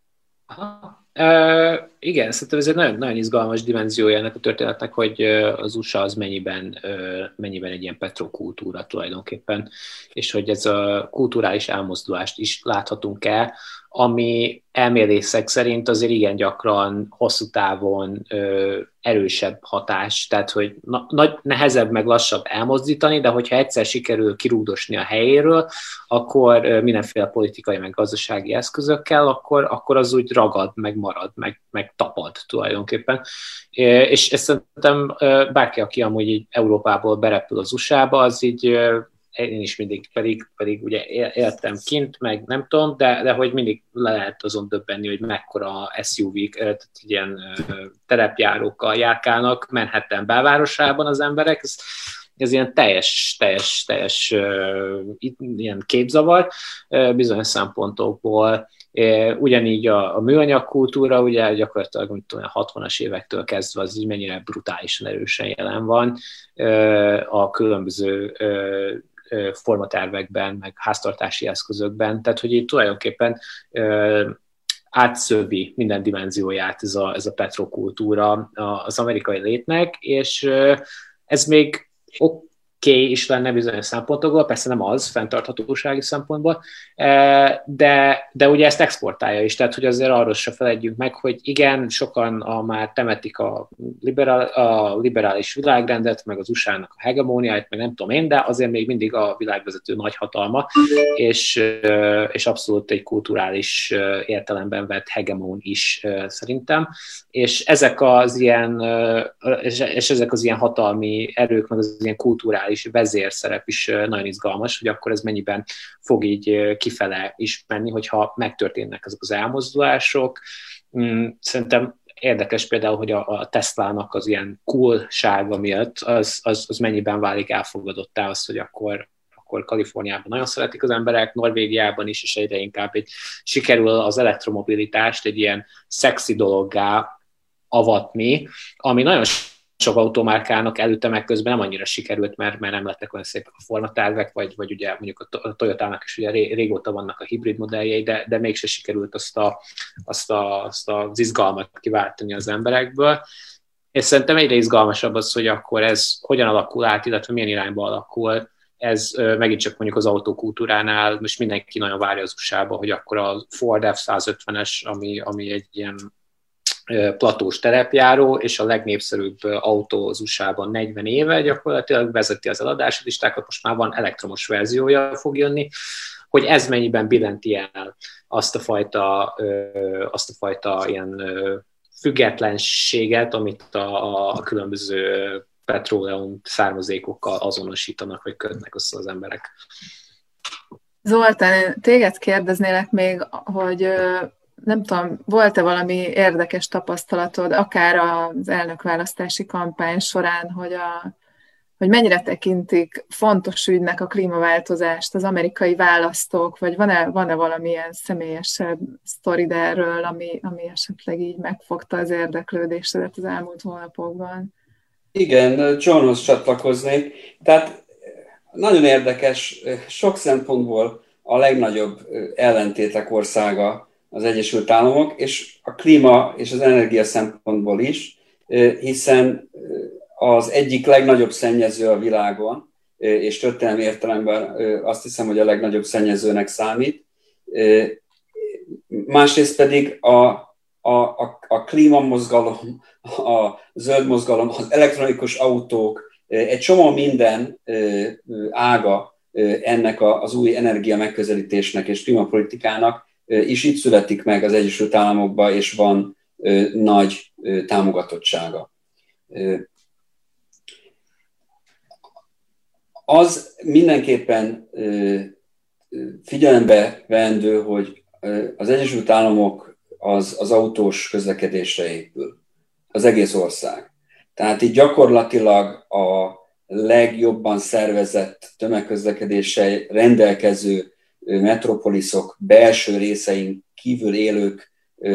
Igen, szerintem ez egy nagyon, nagyon izgalmas dimenziója ennek a történetnek, hogy az USA az mennyiben egy ilyen petrokultúra tulajdonképpen, és hogy ez a kulturális elmozdulást is láthatunk el, ami elmélészek szerint azért igen gyakran, hosszú távon erősebb hatás, tehát hogy nehezebb meg lassabb elmozdítani, de hogyha egyszer sikerül kirúgdosni a helyéről, akkor mindenféle politikai meg gazdasági eszközökkel, akkor az úgy ragad, meg marad, meg tapad tulajdonképpen. És ezt szerintem bárki, aki amúgy így Európából berepül az USA-ba, az így én is mindig pedig ugye éltem kint, meg nem tudom, de hogy mindig le lehet azon döbbenni, hogy mekkora SUV-k, tehát ilyen terepjárókkal járkálnak Manhattan belvárosában az emberek, ez ilyen teljes ilyen képzavar bizonyos szempontokból. Ugyanígy a műanyag kultúra, ugye gyakorlatilag 60-as évektől kezdve az így mennyire brutálisan erősen jelen van a különböző formatervekben, meg háztartási eszközökben, tehát hogy itt tulajdonképpen átszövi minden dimenzióját ez a petrokultúra az amerikai létnek, és ez még oké is lenne bizonyos szempontokból, persze nem az, fenntarthatósági szempontból, de ugye ezt exportálja is, tehát hogy azért arról se feledjünk meg, hogy igen, sokan már temetik a liberális világrendet, meg az USA-nak a hegemóniáit, meg nem tudom én, de azért még mindig a világvezető nagyhatalma, és abszolút egy kulturális értelemben vett hegemón is szerintem, és ezek az ilyen hatalmi erők, meg az ilyen kulturális vezérszerep is nagyon izgalmas, hogy akkor ez mennyiben fog így kifele is menni, hogyha megtörténnek ezek az elmozdulások. Szerintem érdekes például, hogy a Teslának az ilyen coolsága miatt az mennyiben válik elfogadottá az, hogy akkor Kaliforniában nagyon szeretik az emberek, Norvégiában is, és egyre inkább sikerül az elektromobilitást egy ilyen szexi dologgá avatni, ami nagyon sok automárkának előtte meg közben nem annyira sikerült, mert nem lettek olyan szépek a formatervek, vagy ugye mondjuk a Toyotának is ugye régóta vannak a hibrid modelljei, de mégse sikerült azt az izgalmat kiváltani az emberekből. És szerintem egyre izgalmasabb az, hogy akkor ez hogyan alakul át, illetve milyen irányba alakul. Ez megint csak mondjuk az autókultúránál, most mindenki nagyon várja az USA-ba, hogy akkor a Ford F-150-es, ami egy ilyen platós terepjáró, és a legnépszerűbb autó az USA-ban 40 éve gyakorlatilag vezeti az eladási listákat, most már van elektromos verziója fog jönni, hogy ez mennyiben billenti el azt a fajta ilyen függetlenséget, amit a különböző petróleum származékokkal azonosítanak, vagy kötnek össze az emberek. Zoltán, téged kérdeznélek még, hogy nem tudom, volt-e valami érdekes tapasztalatod, akár az elnökválasztási kampány során, hogy mennyire tekintik fontos ügynek a klímaváltozást az amerikai választók, vagy van-e valamilyen személyesebb sztorid erről, ami esetleg így megfogta az érdeklődésedet az elmúlt hónapokban? Igen, Johnhoz csatlakoznék. Tehát nagyon érdekes, sok szempontból a legnagyobb ellentétek országa az Egyesült Államok, és a klíma és az energia szempontból is, hiszen az egyik legnagyobb szennyező a világon, és történelmi értelemben azt hiszem, hogy a legnagyobb szennyezőnek számít. Másrészt pedig a klímamozgalom, a zöld mozgalom, az elektronikus autók, egy csomó minden ága ennek az új energia megközelítésnek és klímapolitikának is itt születik meg az Egyesült Államokban, és van nagy támogatottsága. Az mindenképpen figyelembe veendő, hogy az Egyesült Államok az autós közlekedésre épül, az egész ország. Tehát itt gyakorlatilag a legjobban szervezett tömegközlekedéssel rendelkező metropoliszok belső részein kívül élők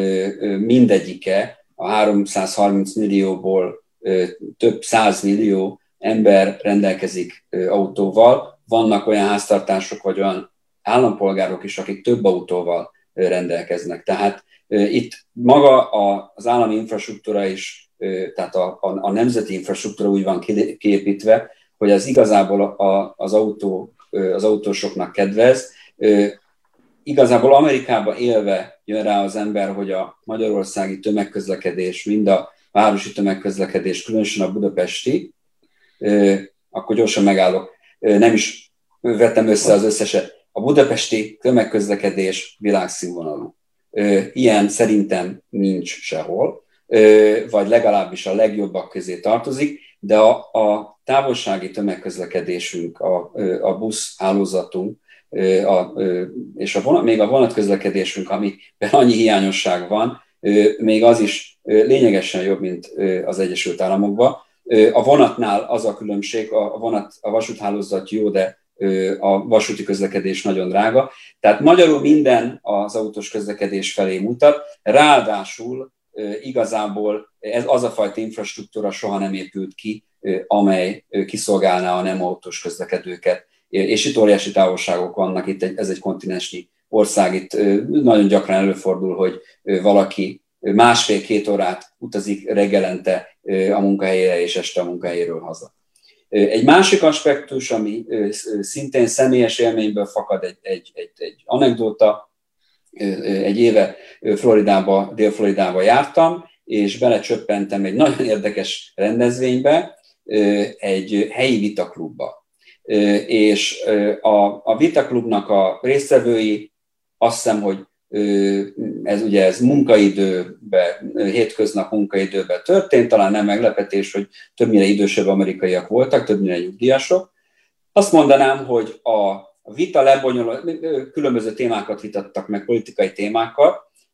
mindegyike, a 330 millióból több 100 millió ember rendelkezik autóval. Vannak olyan háztartások, vagy olyan állampolgárok is, akik több autóval rendelkeznek. Tehát itt maga az állami infrastruktúra is, tehát a nemzeti infrastruktúra úgy van kiépítve, hogy ez igazából az autósoknak kedvez. Igazából Amerikában élve jön rá az ember, hogy a magyarországi tömegközlekedés, mind a városi tömegközlekedés, különösen a budapesti, akkor gyorsan megállok, nem is vettem össze az összeset. A budapesti tömegközlekedés világszínvonalú. Ilyen szerintem nincs sehol, vagy legalábbis a legjobbak közé tartozik, de a távolsági tömegközlekedésünk, a busz hálózatunk, és még a vonatközlekedésünk, amiben annyi hiányosság van, még az is lényegesen jobb, mint az Egyesült Államokban. A vonatnál az a különbség, a vasúthálózat jó, de a vasúti közlekedés nagyon drága. Tehát magyarul minden az autós közlekedés felé mutat, ráadásul igazából ez az a fajta infrastruktúra soha nem épült ki, amely kiszolgálná a nem autós közlekedőket. És itt óriási távolságok vannak, ez egy kontinensnyi ország, itt nagyon gyakran előfordul, hogy valaki 1,5-2 órát utazik reggelente a munkahelyére és este a munkahelyéről haza. Egy másik aspektus, ami szintén személyes élményből fakad, egy anekdóta, egy éve Dél-Floridába jártam, és belecsöppentem egy nagyon érdekes rendezvénybe, egy helyi vitaklubba. És a vitaklubnak a résztvevői, azt hiszem, hogy ez munkaidőben, hétköznap munkaidőben történt, talán nem meglepetés, hogy többnyire idősebb amerikaiak voltak, többnyire nyugdíjasok. Azt mondanám, hogy a vita különböző témákat vitattak meg, politikai témákat,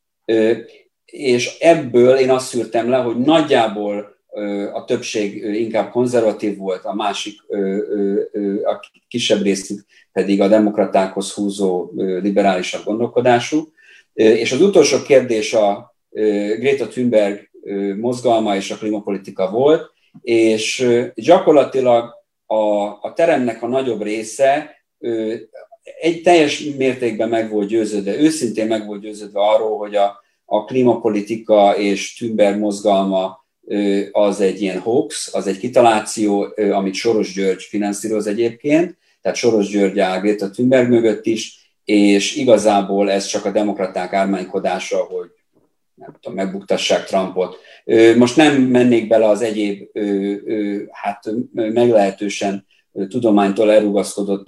és ebből én azt szűrtem le, hogy nagyjából a többség inkább konzervatív volt, a másik, a kisebb részük pedig a demokratákhoz húzó liberálisabb gondolkodású. És az utolsó kérdés a Greta Thunberg mozgalma és a klímapolitika volt, és gyakorlatilag a teremnek a nagyobb része egy teljes mértékben meg volt győződve, őszintén meg volt győződve arról, hogy a klímapolitika és Thunberg mozgalma az egy ilyen hoax, az egy kitaláció, amit Soros György finanszíroz egyébként, tehát Soros György áll Greta Thunberg mögött is, és igazából ez csak a demokraták ármánykodása, hogy nem tudom, megbuktassák Trumpot. Most nem mennék bele az egyéb, meglehetősen tudománytól elrugaszkodott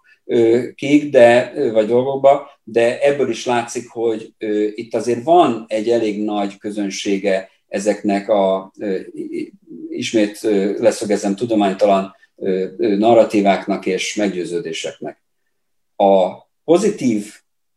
dolgokba, de ebből is látszik, hogy itt azért van egy elég nagy közönsége ezeknek ismét leszögezem, tudománytalan narratíváknak és meggyőződéseknek. A pozitív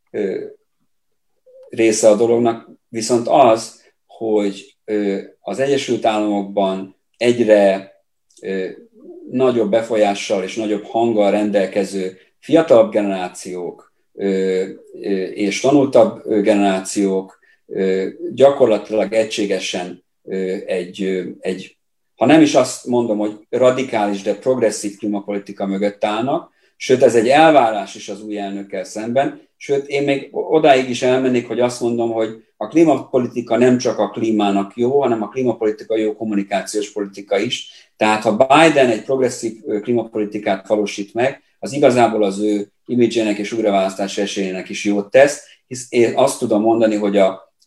része a dolognak viszont az, hogy az Egyesült Államokban egyre nagyobb befolyással és nagyobb hanggal rendelkező fiatalabb generációk és tanultabb generációk gyakorlatilag egységesen ha nem is azt mondom, hogy radikális, de progresszív klímapolitika mögött állnak, sőt ez egy elvárás is az új elnökkel szemben, sőt én még odáig is elmennék, hogy azt mondom, hogy a klímapolitika nem csak a klímának jó, hanem a klímapolitika jó kommunikációs politika is. Tehát ha Biden egy progresszív klímapolitikát valósít meg, az igazából az ő imidzsének és újraválasztási esélyének is jót tesz, hisz én azt tudom mondani, hogy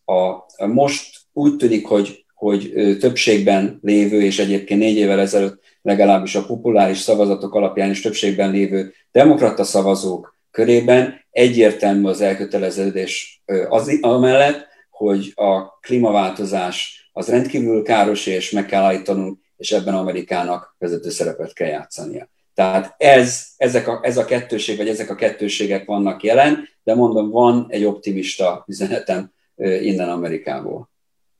most úgy tűnik, hogy többségben lévő, és egyébként 4 évvel ezelőtt legalábbis a populáris szavazatok alapján is többségben lévő demokrata szavazók körében egyértelmű az elköteleződés amellett, hogy a klímaváltozás az rendkívül káros, és meg kell állítanunk, és ebben Amerikának vezető szerepet kell játszania. Tehát ez a kettőség, vagy ezek a kettőségek vannak jelen, de mondom, van egy optimista üzenetem innen Amerikából.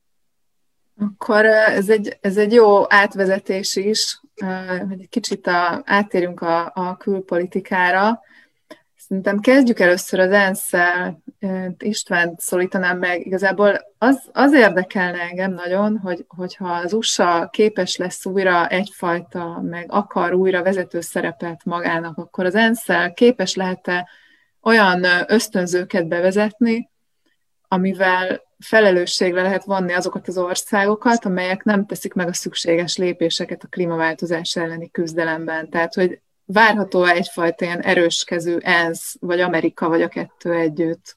Akkor ez egy jó átvezetés is, hogy egy kicsit áttérjünk a külpolitikára. Szerintem kezdjük először az ENSZ-szel. Istvánt szólítanám meg. Igazából az érdekelne engem nagyon, hogyha az USA képes lesz újra egyfajta, meg akar újra vezető szerepet magának, akkor az ENSZ-szel képes lehet-e olyan ösztönzőket bevezetni, amivel felelősségre lehet vonni azokat az országokat, amelyek nem teszik meg a szükséges lépéseket a klímaváltozás elleni küzdelemben. Tehát, hogy várható egyfajta ilyen erőskező ENSZ, vagy Amerika, vagy a kettő együtt?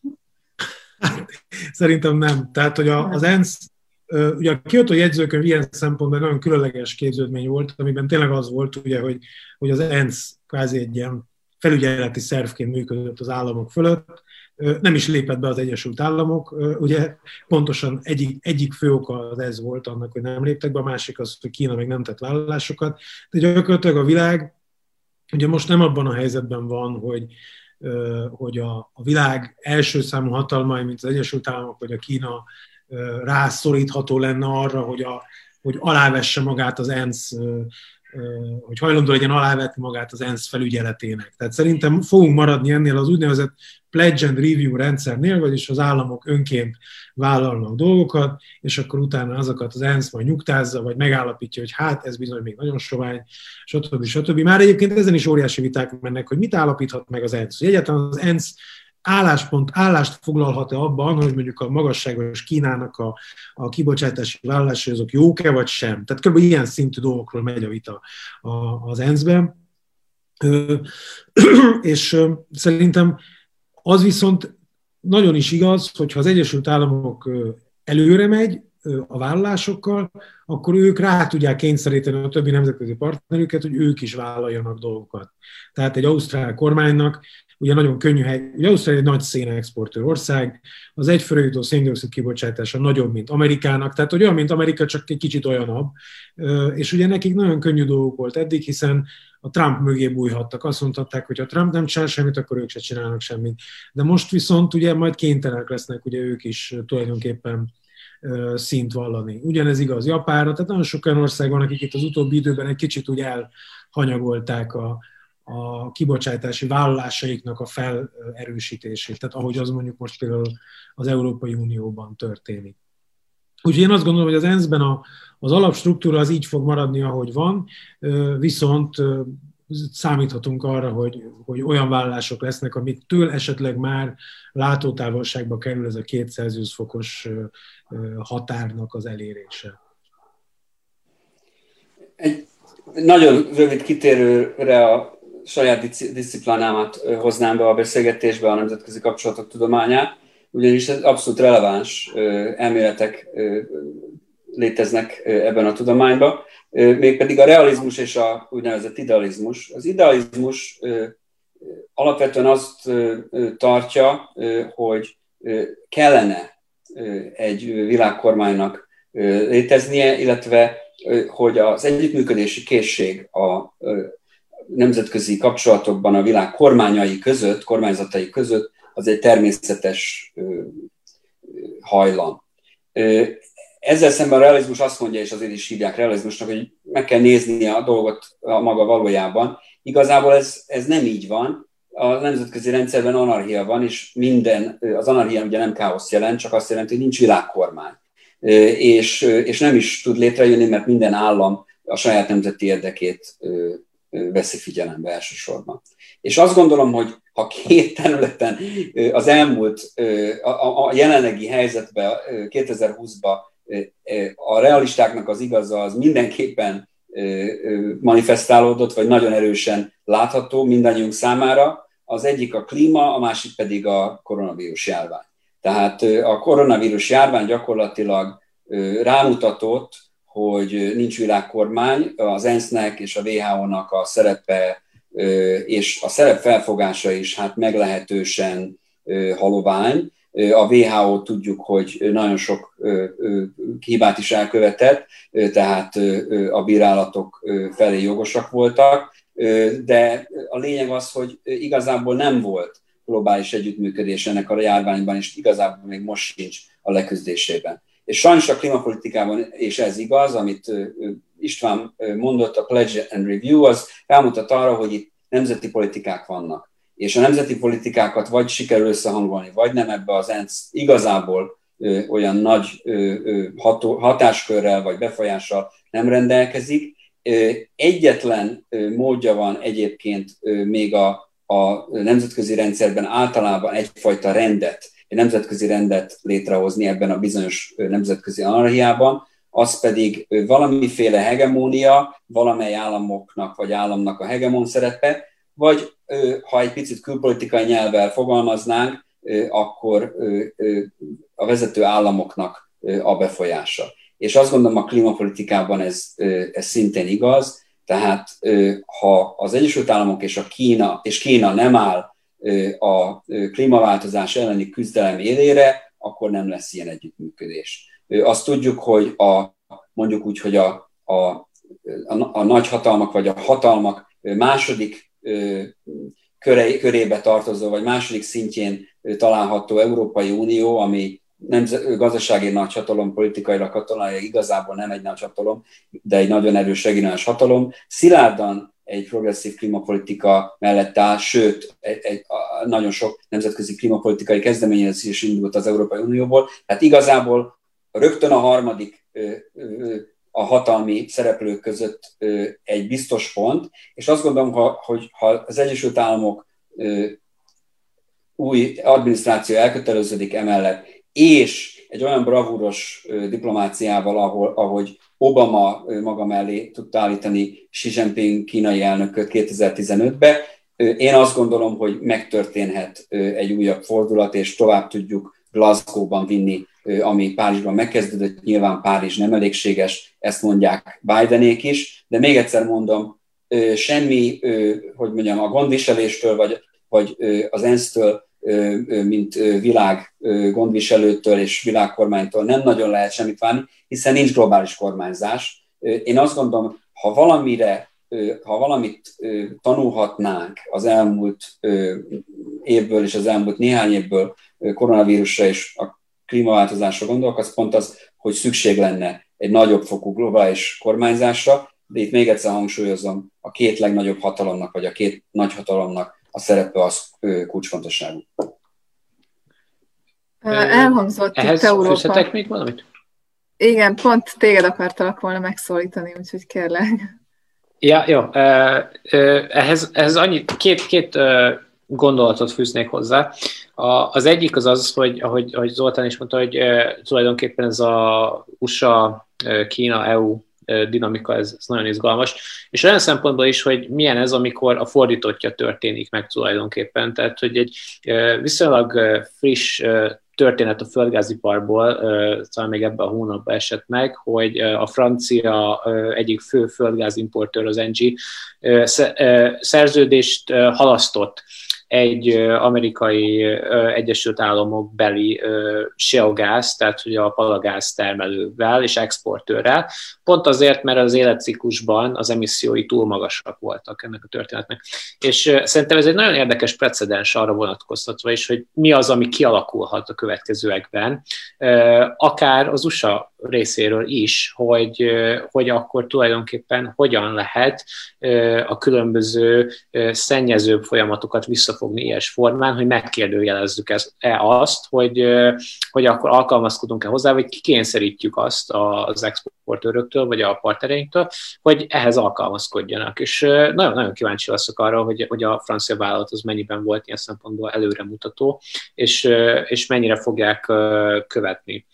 Szerintem nem. Tehát, hogy az ENSZ, ugye a Kyoto jegyzőkönyv ilyen szempontból nagyon különleges képződmény volt, amiben tényleg az volt, ugye, hogy az ENSZ kvázi egy ilyen felügyeleti szervként működött az államok fölött, nem is lépett be az Egyesült Államok, ugye pontosan egyik fő oka az ez volt annak, hogy nem léptek be, a másik az, hogy Kína még nem tett vállalásokat, de gyakorlatilag a világ ugye most nem abban a helyzetben van, hogy a világ első számú hatalmai, mint az Egyesült Államok vagy a Kína rászorítható lenne arra, hogy alávesse magát az ENSZ, hogy hajlandó legyen alávetni magát az ENSZ felügyeletének. Tehát szerintem fogunk maradni ennél az úgynevezett pledge and review rendszernél, vagyis az államok önként vállalnak dolgokat, és akkor utána azokat az ENSZ majd nyugtázza, vagy megállapítja, hogy hát ez bizony még nagyon sovány, stb. Már egyébként ezen is óriási viták mennek, hogy mit állapíthat meg az ENSZ. Hogy egyáltalán az ENSZ állást foglalhat-e abban, hogy mondjuk a magasságos Kínának a kibocsátási vállalásai azok jók-e vagy sem. Tehát kb. Ilyen szintű dolgokról megy a vita az ENSZ-ben. És szerintem az viszont nagyon is igaz, hogyha az Egyesült Államok előre megy a vállalásokkal, akkor ők rá tudják kényszeríteni a többi nemzetközi partnerüket, hogy ők is vállaljanak dolgokat. Tehát egy ausztrál kormánynak ugye nagyon könnyű hely, ugye Ausztrália egy nagy szénexportőr ország, az egyfőre jutó széndioxid kibocsátása nagyobb, mint Amerikának, tehát olyan, mint Amerika, csak egy kicsit olyanabb, és ugye nekik nagyon könnyű dolgok volt eddig, hiszen a Trump mögé bújhattak, azt mondhatták, hogy ha Trump nem csinál semmit, akkor ők se csinálnak semmit. De most viszont ugye majd kénytelenek lesznek ugye ők is tulajdonképpen szint vallani. Ugyanez igaz Japánra, tehát nagyon sok olyan ország van, akik itt az utóbbi időben egy kicsit úgy elhanyagolták a kibocsátási vállalásaiknak a felerősítését, tehát ahogy az mondjuk most például az Európai Unióban történik. Úgyhogy én azt gondolom, hogy az ENSZ-ben az alapstruktúra az így fog maradni, ahogy van, viszont számíthatunk arra, hogy olyan vállalások lesznek, amiktől esetleg már látótávolságba kerül ez a 2 Celsius fokos határnak az elérése. Egy nagyon rövid kitérőre a saját diszciplinámat hoznám be a beszélgetésbe, a nemzetközi kapcsolatok tudományát, ugyanis ez abszolút releváns elméletek léteznek ebben a tudományban, mégpedig a realizmus és a úgynevezett idealizmus. Az idealizmus alapvetően azt tartja, hogy kellene egy világkormánynak léteznie, illetve hogy az együttműködési készség a nemzetközi kapcsolatokban a világ kormányai között, kormányzatai között az egy természetes hajlam. Ezzel szemben a realizmus azt mondja, és azért is hívják realizmusnak, hogy meg kell nézni a dolgot a maga valójában. Igazából ez nem így van. A nemzetközi rendszerben anarchia van, és az anarchia ugye nem káosz jelent, csak azt jelenti, hogy nincs világkormány. És nem is tud létrejönni, mert minden állam a saját nemzeti érdekét veszi figyelembe elsősorban. És azt gondolom, hogy ha két területen az elmúlt, a jelenlegi helyzetben, 2020-ban a realistáknak az igaza az mindenképpen manifestálódott, vagy nagyon erősen látható mindannyiunk számára, az egyik a klíma, a másik pedig a koronavírus járvány. Tehát a koronavírus járvány gyakorlatilag rámutatott, hogy nincs világkormány, az ENSZ-nek és a WHO-nak a szerepe és a szerep felfogása is hát meglehetősen halovány. A WHO tudjuk, hogy nagyon sok hibát is elkövetett, tehát a bírálatok felé jogosak voltak, de a lényeg az, hogy igazából nem volt globális együttműködés ennek a járványban, és igazából még most sincs a leküzdésében. És sajnos a klímapolitikában, és ez igaz, amit István mondott, a Pledge and Review, az rámutat arra, hogy itt nemzeti politikák vannak. És a nemzeti politikákat vagy sikerül összehangolni, vagy nem, ebbe az ENSZ igazából olyan nagy hatáskörrel vagy befolyással nem rendelkezik. Egyetlen módja van egyébként még a nemzetközi rendszerben általában egyfajta rendet, egy nemzetközi rendet létrehozni ebben a bizonyos nemzetközi anarchiában, az pedig valamiféle hegemónia, valamely államoknak vagy államnak a hegemon szerepe, vagy ha egy picit külpolitikai nyelvvel fogalmaznánk, akkor a vezető államoknak a befolyása. És azt gondolom, a klímapolitikában ez szintén igaz, tehát ha az Egyesült Államok és Kína nem áll a klímaváltozás elleni küzdelem élére, akkor nem lesz ilyen együttműködés. Azt tudjuk, hogy mondjuk úgy, hogy a nagyhatalmak vagy a hatalmak második körébe tartozó, vagy második szintjén található Európai Unió, ami nem gazdasági nagyhatalom, politikailag katonai, igazából nem egy nagyhatalom, de egy nagyon erős regionális hatalom, szilárdan egy progresszív klímapolitika mellett áll, sőt, nagyon sok nemzetközi klímapolitikai kezdeményezés indult az Európai Unióból. Tehát igazából rögtön a harmadik a hatalmi szereplők között egy biztos pont, és azt gondolom, hogy ha az Egyesült Államok új adminisztráció elköteleződik emellett, és egy olyan bravúros diplomáciával, ahogy Obama maga mellé tudta állítani Xi Jinping kínai elnököt 2015-ben, én azt gondolom, hogy megtörténhet egy újabb fordulat, és tovább tudjuk Glasgow-ban vinni, ami Párizsban megkezdődött. Nyilván Párizs nem elégséges, ezt mondják Bidenék is, de még egyszer mondom, semmi, hogy mondjam, a gondviseléstől, vagy az ENSZ-től, mint világ gondviselőtől és világkormánytól nem nagyon lehet semmit várni, hiszen nincs globális kormányzás. Én azt gondolom, ha valamit tanulhatnánk az elmúlt évből és az elmúlt néhány évből koronavírusra és a klímaváltozásra gondolok, az pont az, hogy szükség lenne egy nagyobb fokú globális kormányzásra, de itt még egyszer hangsúlyozom, a két legnagyobb hatalomnak, vagy a két nagy hatalomnak a szerepe az kulcsfontosságú. Elhangzott ehhez itt Európa. Fűzhetek még valamit? Igen, pont téged akartalak volna megszólítani, úgyhogy kérlek. Ja, jó. Ehhez két gondolatot fűznék hozzá. Az egyik az, hogy ahogy Zoltán is mondta, hogy tulajdonképpen ez a USA-Kína-EU dinamika, ez nagyon izgalmas. És olyan szempontból is, hogy milyen ez, amikor a fordítottja történik meg tulajdonképpen. Tehát, hogy egy viszonylag friss történet a földgáziparból, talán még ebben a hónapban esett meg, hogy a francia egyik fő földgázimportőr, az ENGIE, szerződést halasztott egy amerikai Egyesült Államok beli shale gas, tehát hogy a palagáz termelővel és exportőrrel, pont azért, mert az életciklusban az emissziói túl magasak voltak ennek a történetnek. És szerintem ez egy nagyon érdekes precedens arra vonatkoztatva is, hogy mi az, ami kialakulhat a következőekben, akár az USA részéről is, hogy akkor tulajdonképpen hogyan lehet a különböző szennyezőbb folyamatokat visszafogni ilyes formán, hogy megkérdőjelezzük azt, hogy akkor alkalmazkodunk-e hozzá, vagy kikényszerítjük azt az exportőröktől, vagy a partnereinktől, hogy ehhez alkalmazkodjanak. És nagyon-nagyon kíváncsi leszek arra, hogy a francia vállalat az mennyiben volt ilyen szempontból előremutató, és mennyire fogják követni.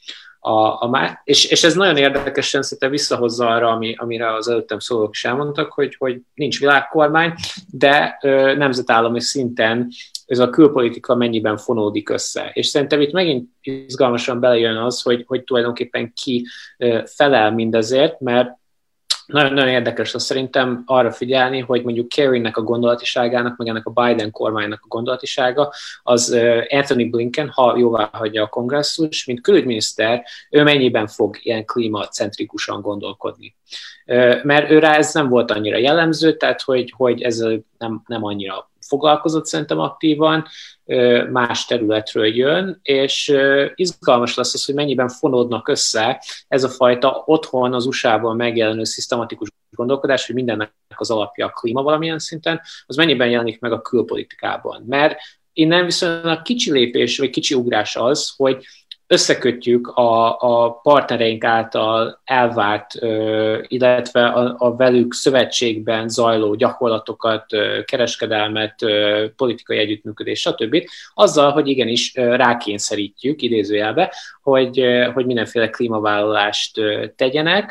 És ez nagyon érdekesen szerintem visszahozza arra, amire az előttem szólók is elmondtak, hogy nincs világkormány, de nemzetállami szinten ez a külpolitika mennyiben fonódik össze. És szerintem itt megint izgalmasan belejön az, hogy tulajdonképpen ki felel mindezért, mert nagyon-nagyon érdekes az szerintem arra figyelni, hogy mondjuk Kerry-nek a gondolatiságának, meg ennek a Biden kormánynak a gondolatisága, az Anthony Blinken, ha jóvá hagyja a kongresszus, mint külügyminiszter, ő mennyiben fog ilyen klímacentrikusan gondolkodni. Mert őrá ez nem volt annyira jellemző, tehát hogy ez nem annyira foglalkozott szerintem aktívan, más területről jön, és izgalmas lesz az, hogy mennyiben fonódnak össze ez a fajta otthon az USA-ban megjelenő szisztematikus gondolkodás, hogy mindennek az alapja a klíma valamilyen szinten, az mennyiben jelenik meg a külpolitikában. Mert innen viszonylag kicsi lépés, vagy kicsi ugrás az, hogy összekötjük a partnereink által elvárt, illetve a velük szövetségben zajló gyakorlatokat, kereskedelmet, politikai együttműködés, stb. Azzal, hogy igenis rákényszerítjük, idézőjelbe, hogy mindenféle klímavállalást tegyenek.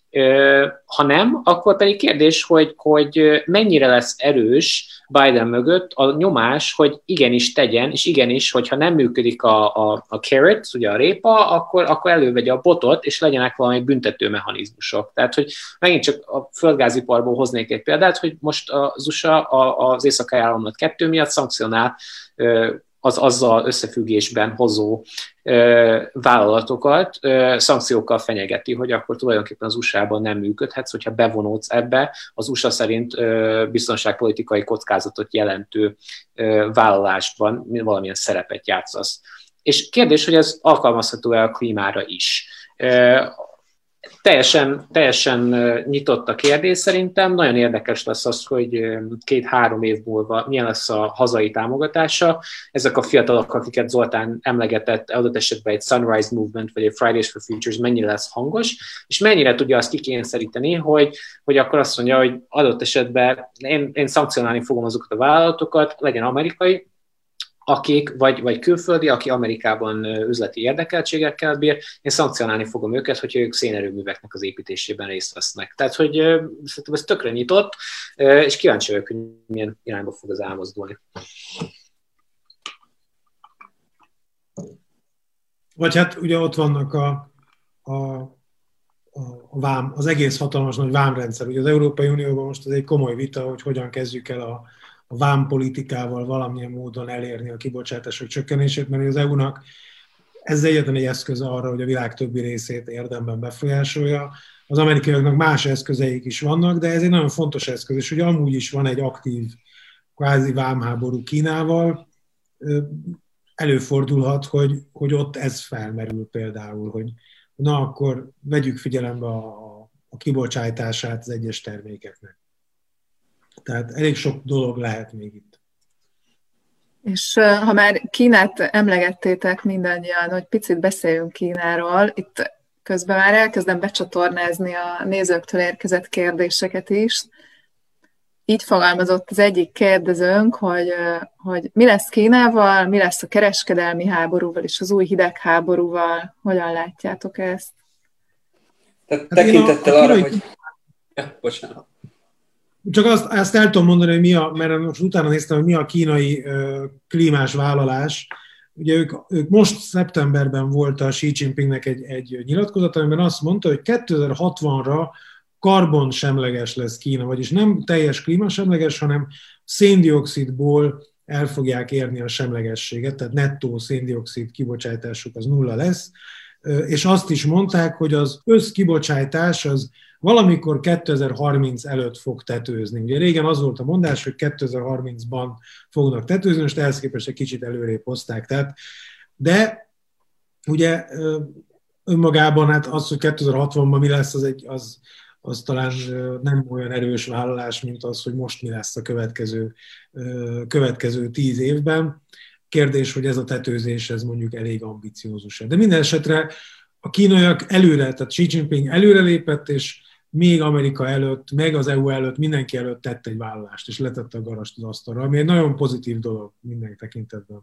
Ha nem, akkor pedig kérdés, hogy mennyire lesz erős Biden mögött a nyomás, hogy igenis tegyen, és igenis, hogyha nem működik a carrot, ugye a répa, akkor elővegye a botot, és legyenek valami büntető mechanizmusok. Tehát, hogy megint csak a földgáziparból hoznék egy példát, hogy most az USA az éjszakai áramlat 2 miatt szankcionál az azzal összefüggésben hozó vállalatokat szankciókkal fenyegeti, hogy akkor tulajdonképpen az USA-ban nem működhetsz, hogyha bevonódsz ebbe az USA szerint biztonságpolitikai kockázatot jelentő vállalásban valamilyen szerepet játszasz. És kérdés, hogy ez alkalmazható-e a klímára is. Teljesen nyitott a kérdés szerintem. Nagyon érdekes lesz az, hogy 2-3 év múlva milyen lesz a hazai támogatása. Ezek a fiatalok, akiket Zoltán emlegetett, adott esetben egy Sunrise Movement, vagy egy Fridays for Futures mennyire lesz hangos, és mennyire tudja azt kikényszeríteni, hogy akkor azt mondja, hogy adott esetben én szankcionálni fogom azokat a vállalatokat, legyen amerikai, akik, vagy külföldi, aki Amerikában üzleti érdekeltségekkel bír, én szankcionálni fogom őket, hogyha ők szénerőműveknek az építésében részt vesznek. Tehát, hogy szerintem ez tökre nyitott, és kíváncsi vagyok, hogy milyen irányba fog az elmozdulni. Vagy hát ugye ott vannak az egész hatalmas nagy vámrendszer. Ugye az Európai Unióban most ez egy komoly vita, hogy hogyan kezdjük el a vámpolitikával valamilyen módon elérni a kibocsátások csökkenését, mert az EU-nak ez egyetlen egy eszköz arra, hogy a világ többi részét érdemben befolyásolja. Az amerikaiaknak más eszközeik is vannak, de ez egy nagyon fontos eszköz, és ugye amúgy is van egy aktív kvázi vámháború Kínával. Előfordulhat, hogy ott ez felmerül például, hogy na akkor vegyük figyelembe a kibocsátását az egyes termékeknek. Tehát elég sok dolog lehet még itt. És ha már Kínát emlegettétek mindannyian, hogy picit beszéljünk Kínáról, itt közben már elkezdem becsatornázni a nézőktől érkezett kérdéseket is. Így fogalmazott az egyik kérdezőnk, hogy mi lesz Kínával, mi lesz a kereskedelmi háborúval és az új hidegháborúval, hogyan látjátok ezt? Tehát tekintettel arra, hogy... Ja, bocsánat. Csak azt el tudom mondani, hogy mert most utána néztem, hogy mi a kínai klímás vállalás. Ugye ők most szeptemberben volt a Xi Jinpingnek egy nyilatkozat, amiben azt mondta, hogy 2060-ra karbonsemleges lesz Kína, vagyis nem teljes klímasemleges, hanem széndioxidból el fogják érni a semlegességet, tehát nettó széndioxid kibocsátásuk az nulla lesz, és azt is mondták, hogy az összkibocsátás az valamikor 2030 előtt fog tetőzni. Ugye régen az volt a mondás, hogy 2030-ban fognak tetőzni, most ehhez képest egy kicsit előrébb hozták. De ugye önmagában hát az, hogy 2060-ban mi lesz, az talán nem olyan erős vállalás, mint az, hogy most mi lesz a következő 10 évben. Kérdés, hogy ez a tetőzés, ez mondjuk elég ambiciózus. De minden esetre a kínaiak előre, tehát Xi Jinping előrelépett, és még Amerika előtt, meg az EU előtt, mindenki előtt tett egy vállalást, és letette a garast az asztalra, ami egy nagyon pozitív dolog minden tekintetben.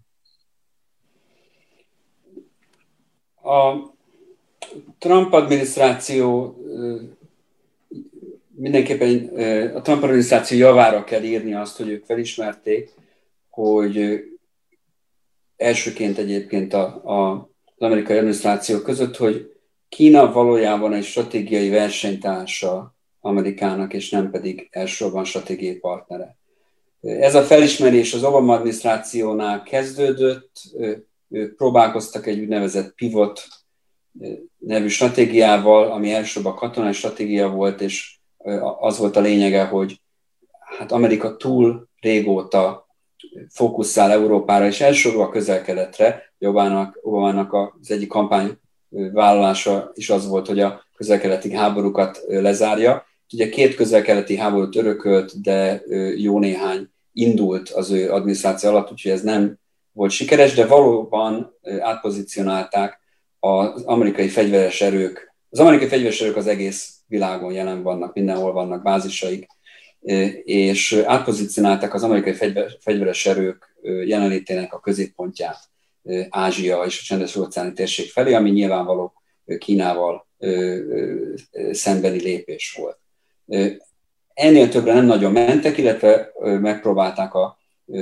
A Trump adminisztráció mindenképpen a Trump adminisztráció javára kell írni azt, hogy ők felismerték, hogy elsőként egyébként az amerikai adminisztráció között, hogy Kína valójában egy stratégiai versenytársa Amerikának, és nem pedig elsősorban stratégiai partnere. Ez a felismerés az Obama adminisztrációnál kezdődött, ők próbálkoztak egy úgynevezett pivot nevű stratégiával, ami elsősorban katonai stratégia volt, és az volt a lényege, hogy hát Amerika túl régóta fókuszál Európára, és elsősorban a Közel-Keletre. Obamának az egyik kampányvállalása is az volt, hogy a közel-keleti háborúkat lezárja. Ugye 2 közel-keleti háborút örökölt, de jó néhány indult az ő adminisztráció alatt, úgyhogy ez nem volt sikeres, de valóban átpozicionálták az amerikai fegyveres erők. Az amerikai fegyveres erők az egész világon jelen vannak, mindenhol vannak bázisaik, és átpozicionálták az amerikai fegyveres erők jelenlétének a középpontját Ázsia és a Csendes-óceáni térség felé, ami nyilvánvaló Kínával szembeni lépés volt. Ennél többre nem nagyon mentek, illetve megpróbálták a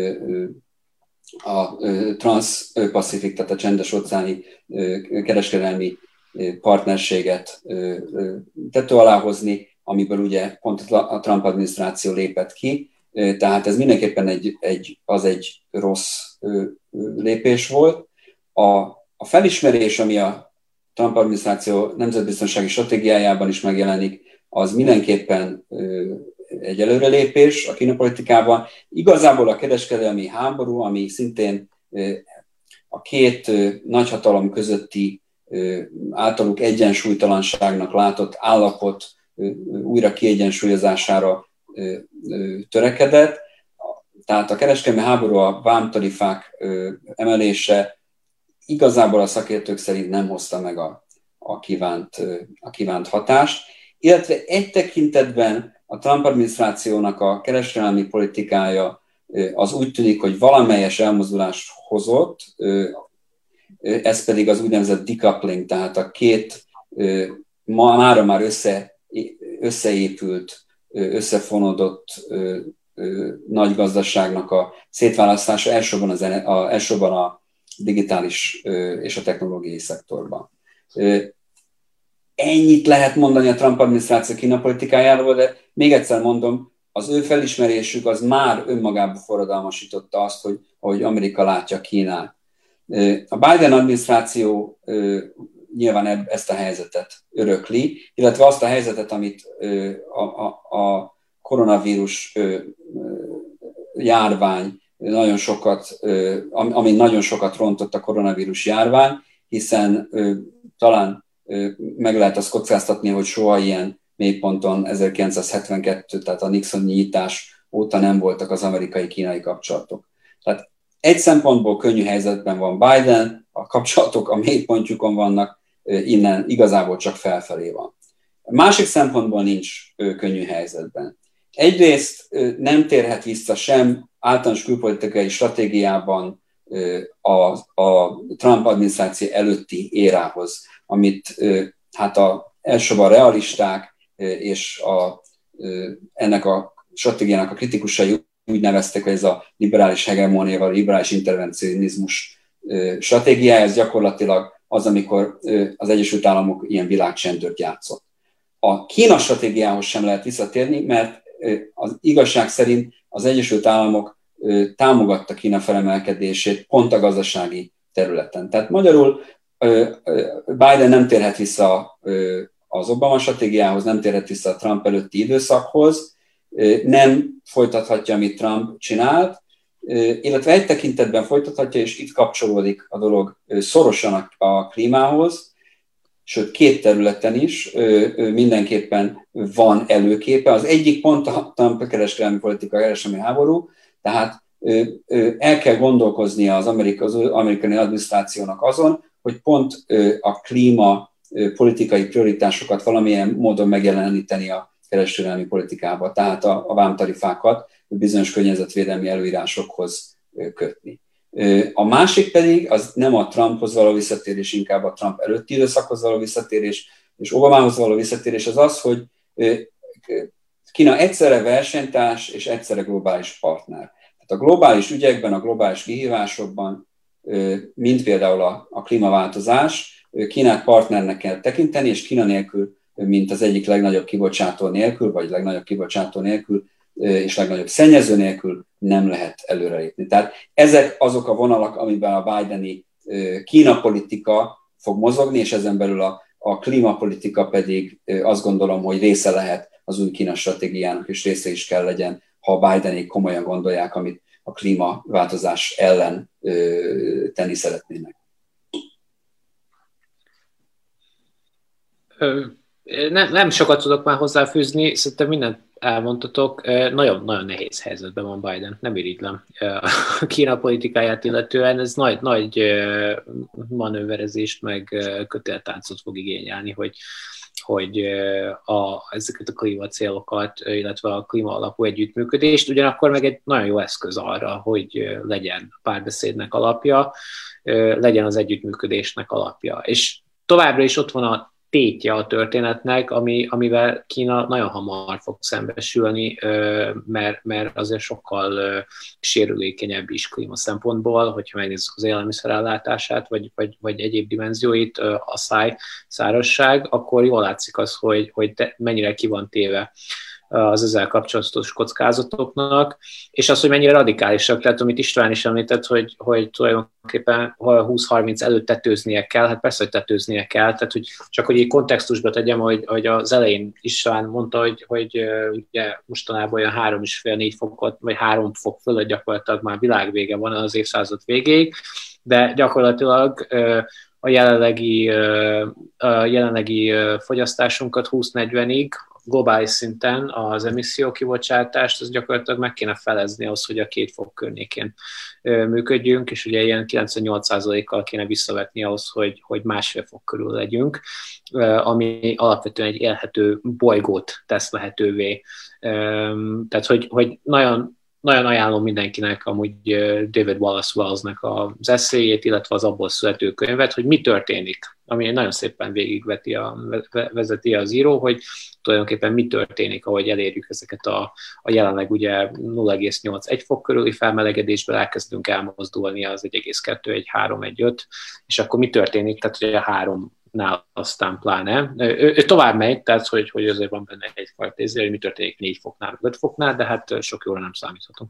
Trans-Pacific, tehát a Csendes-óceáni kereskedelmi partnerséget tető alá hozni, amiből ugye pont a Trump adminisztráció lépett ki, tehát ez mindenképpen egy rossz lépés volt. A felismerés, ami a Trump adminisztráció nemzetbiztonsági stratégiájában is megjelenik, az mindenképpen egy előrelépés a Kína politikában. Igazából a kereskedelmi háború, ami szintén a 2 nagyhatalom közötti általuk egyensúlytalanságnak látott állapot újra kiegyensúlyozására törekedett. Tehát a kereskedelmi háború, a vámtarifák emelése igazából a szakértők szerint nem hozta meg a kívánt hatást, illetve egy tekintetben a Trump adminisztrációnak a kereskedelmi politikája az úgy tűnik, hogy valamelyes elmozdulást hozott, ez pedig az úgynevezett decoupling, tehát a 2 mára már összeépült, összefonódott nagy gazdaságnak a szétválasztása elsősorban a digitális és a technológiai szektorban. Ennyit lehet mondani a Trump adminisztráció Kína politikájáról, de még egyszer mondom, az ő felismerésük az már önmagában forradalmasította azt, hogy Amerika látja Kínát. A Biden adminisztráció nyilván ezt a helyzetet örökli, illetve azt a helyzetet, amit a koronavírus járvány ami nagyon sokat rontott a koronavírus járvány, hiszen talán meg lehet azt kockáztatni, hogy soha ilyen mélyponton 1972, tehát a Nixon nyitás óta nem voltak az amerikai-kínai kapcsolatok. Tehát egy szempontból könnyű helyzetben van Biden, a kapcsolatok a mélypontjukon vannak, innen igazából csak felfelé van. Másik szempontból nincs könnyű helyzetben. Egyrészt nem térhet vissza sem általános külpolitikai stratégiában a Trump adminisztráció előtti érához, amit hát elsősorban a realisták és ennek a stratégiának a kritikusai úgy neveztek, hogy ez a liberális hegemónia, vagy a liberális intervencionizmus stratégiája, ez gyakorlatilag az, amikor az Egyesült Államok ilyen világcsendőrt játszott. A Kína stratégiához sem lehet visszatérni, mert az igazság szerint az Egyesült Államok támogatta Kína felemelkedését pont a gazdasági területen. Tehát magyarul Biden nem térhet vissza az Obama stratégiához, nem térhet vissza a Trump előtti időszakhoz, nem folytathatja, amit Trump csinált, illetve egy tekintetben folytathatja, és itt kapcsolódik a dolog szorosan a klímához, sőt két területen is mindenképpen van előképe. Az egyik pont a Trump kereskedelmi politika, kereskedelmi háború, tehát el kell gondolkoznia az amerikai adminisztrációnak azon, hogy pont a klíma politikai prioritásokat valamilyen módon megjeleníteni a kereskedelmi politikába, tehát a vámtarifákat bizonyos környezetvédelmi előírásokhoz kötni. A másik pedig az nem a Trumphoz való visszatérés, inkább a Trump előtti időszakhoz való visszatérés, és Obamához való visszatérés az az, hogy Kína egyszerre versenytárs és egyszerre globális partner. Tehát a globális ügyekben, a globális kihívásokban, mint például a klímaváltozás, Kínát partnernek kell tekinteni, és Kína nélkül, mint az egyik legnagyobb kibocsátó nélkül, vagy legnagyobb kibocsátó nélkül, és legnagyobb szennyező nélkül nem lehet előrelépni. Tehát ezek azok a vonalak, amiben a bideni Kína politika fog mozogni, és ezen belül a klímapolitika pedig azt gondolom, hogy része lehet az új Kína stratégiának, és része is kell legyen, ha a Bidenék komolyan gondolják, amit a klímaváltozás ellen tenni szeretnének. Nem sokat tudok már hozzáfűzni, szerintem mindent elmondtatok. Nagyon nehéz helyzetben van Biden, nem irigylem a Kína politikáját illetően. Ez nagy manőverezést, meg kötéltáncot fog igényelni, hogy ezeket a klímacélokat, illetve a klíma alapú együttműködést, ugyanakkor meg egy nagyon jó eszköz arra, hogy legyen párbeszédnek alapja, legyen az együttműködésnek alapja. És továbbra is ott van a tétje a történetnek, amivel Kína nagyon hamar fog szembesülni, mert azért sokkal sérülékenyebb is klíma szempontból, hogyha megnézzük az élelmiszerellátását, vagy egyéb dimenzióit, szárazság, akkor jól látszik az, hogy mennyire ki van téve az ezzel kapcsolatos kockázatoknak, és az, hogy mennyire radikálisak, tehát amit István is említett, hogy tulajdonképpen 20-30 előtt tetőznie kell, hát persze, hogy tetőznie kell, tehát hogy egy kontextusba tegyem, hogy az elején István mondta, hogy ugye mostanában olyan 3,5-4 fokot, vagy 3 fok fölött gyakorlatilag már világvége van az évszázad végéig, de gyakorlatilag a jelenlegi fogyasztásunkat 20-40-ig globális szinten az emisszió kibocsátást, az gyakorlatilag meg kéne felezni ahhoz, hogy a 2 fok környékén működjünk, és ugye ilyen 98%-kal kéne visszavetni ahhoz, hogy 1,5 fok körül legyünk, ami alapvetően egy élhető bolygót tesz lehetővé. Tehát, hogy nagyon ajánlom mindenkinek amúgy David Wallace Wells-nek az eszéjét, illetve az abból születő könyvet, hogy mi történik, ami nagyon szépen vezeti az író, hogy tulajdonképpen mi történik, ahogy elérjük ezeket a jelenleg ugye 0,8-1 fok körüli felmelegedésből elkezdünk elmozdulni az 1,2, 1,3, 1,5, és akkor mi történik, tehát hogy a 3-nál aztán pláne. Ő tovább megy, tehát hogy azért van benne egyfajta érzés, hogy mi történik 4 foknál, 5 foknál, de hát sok jóra nem számíthatunk.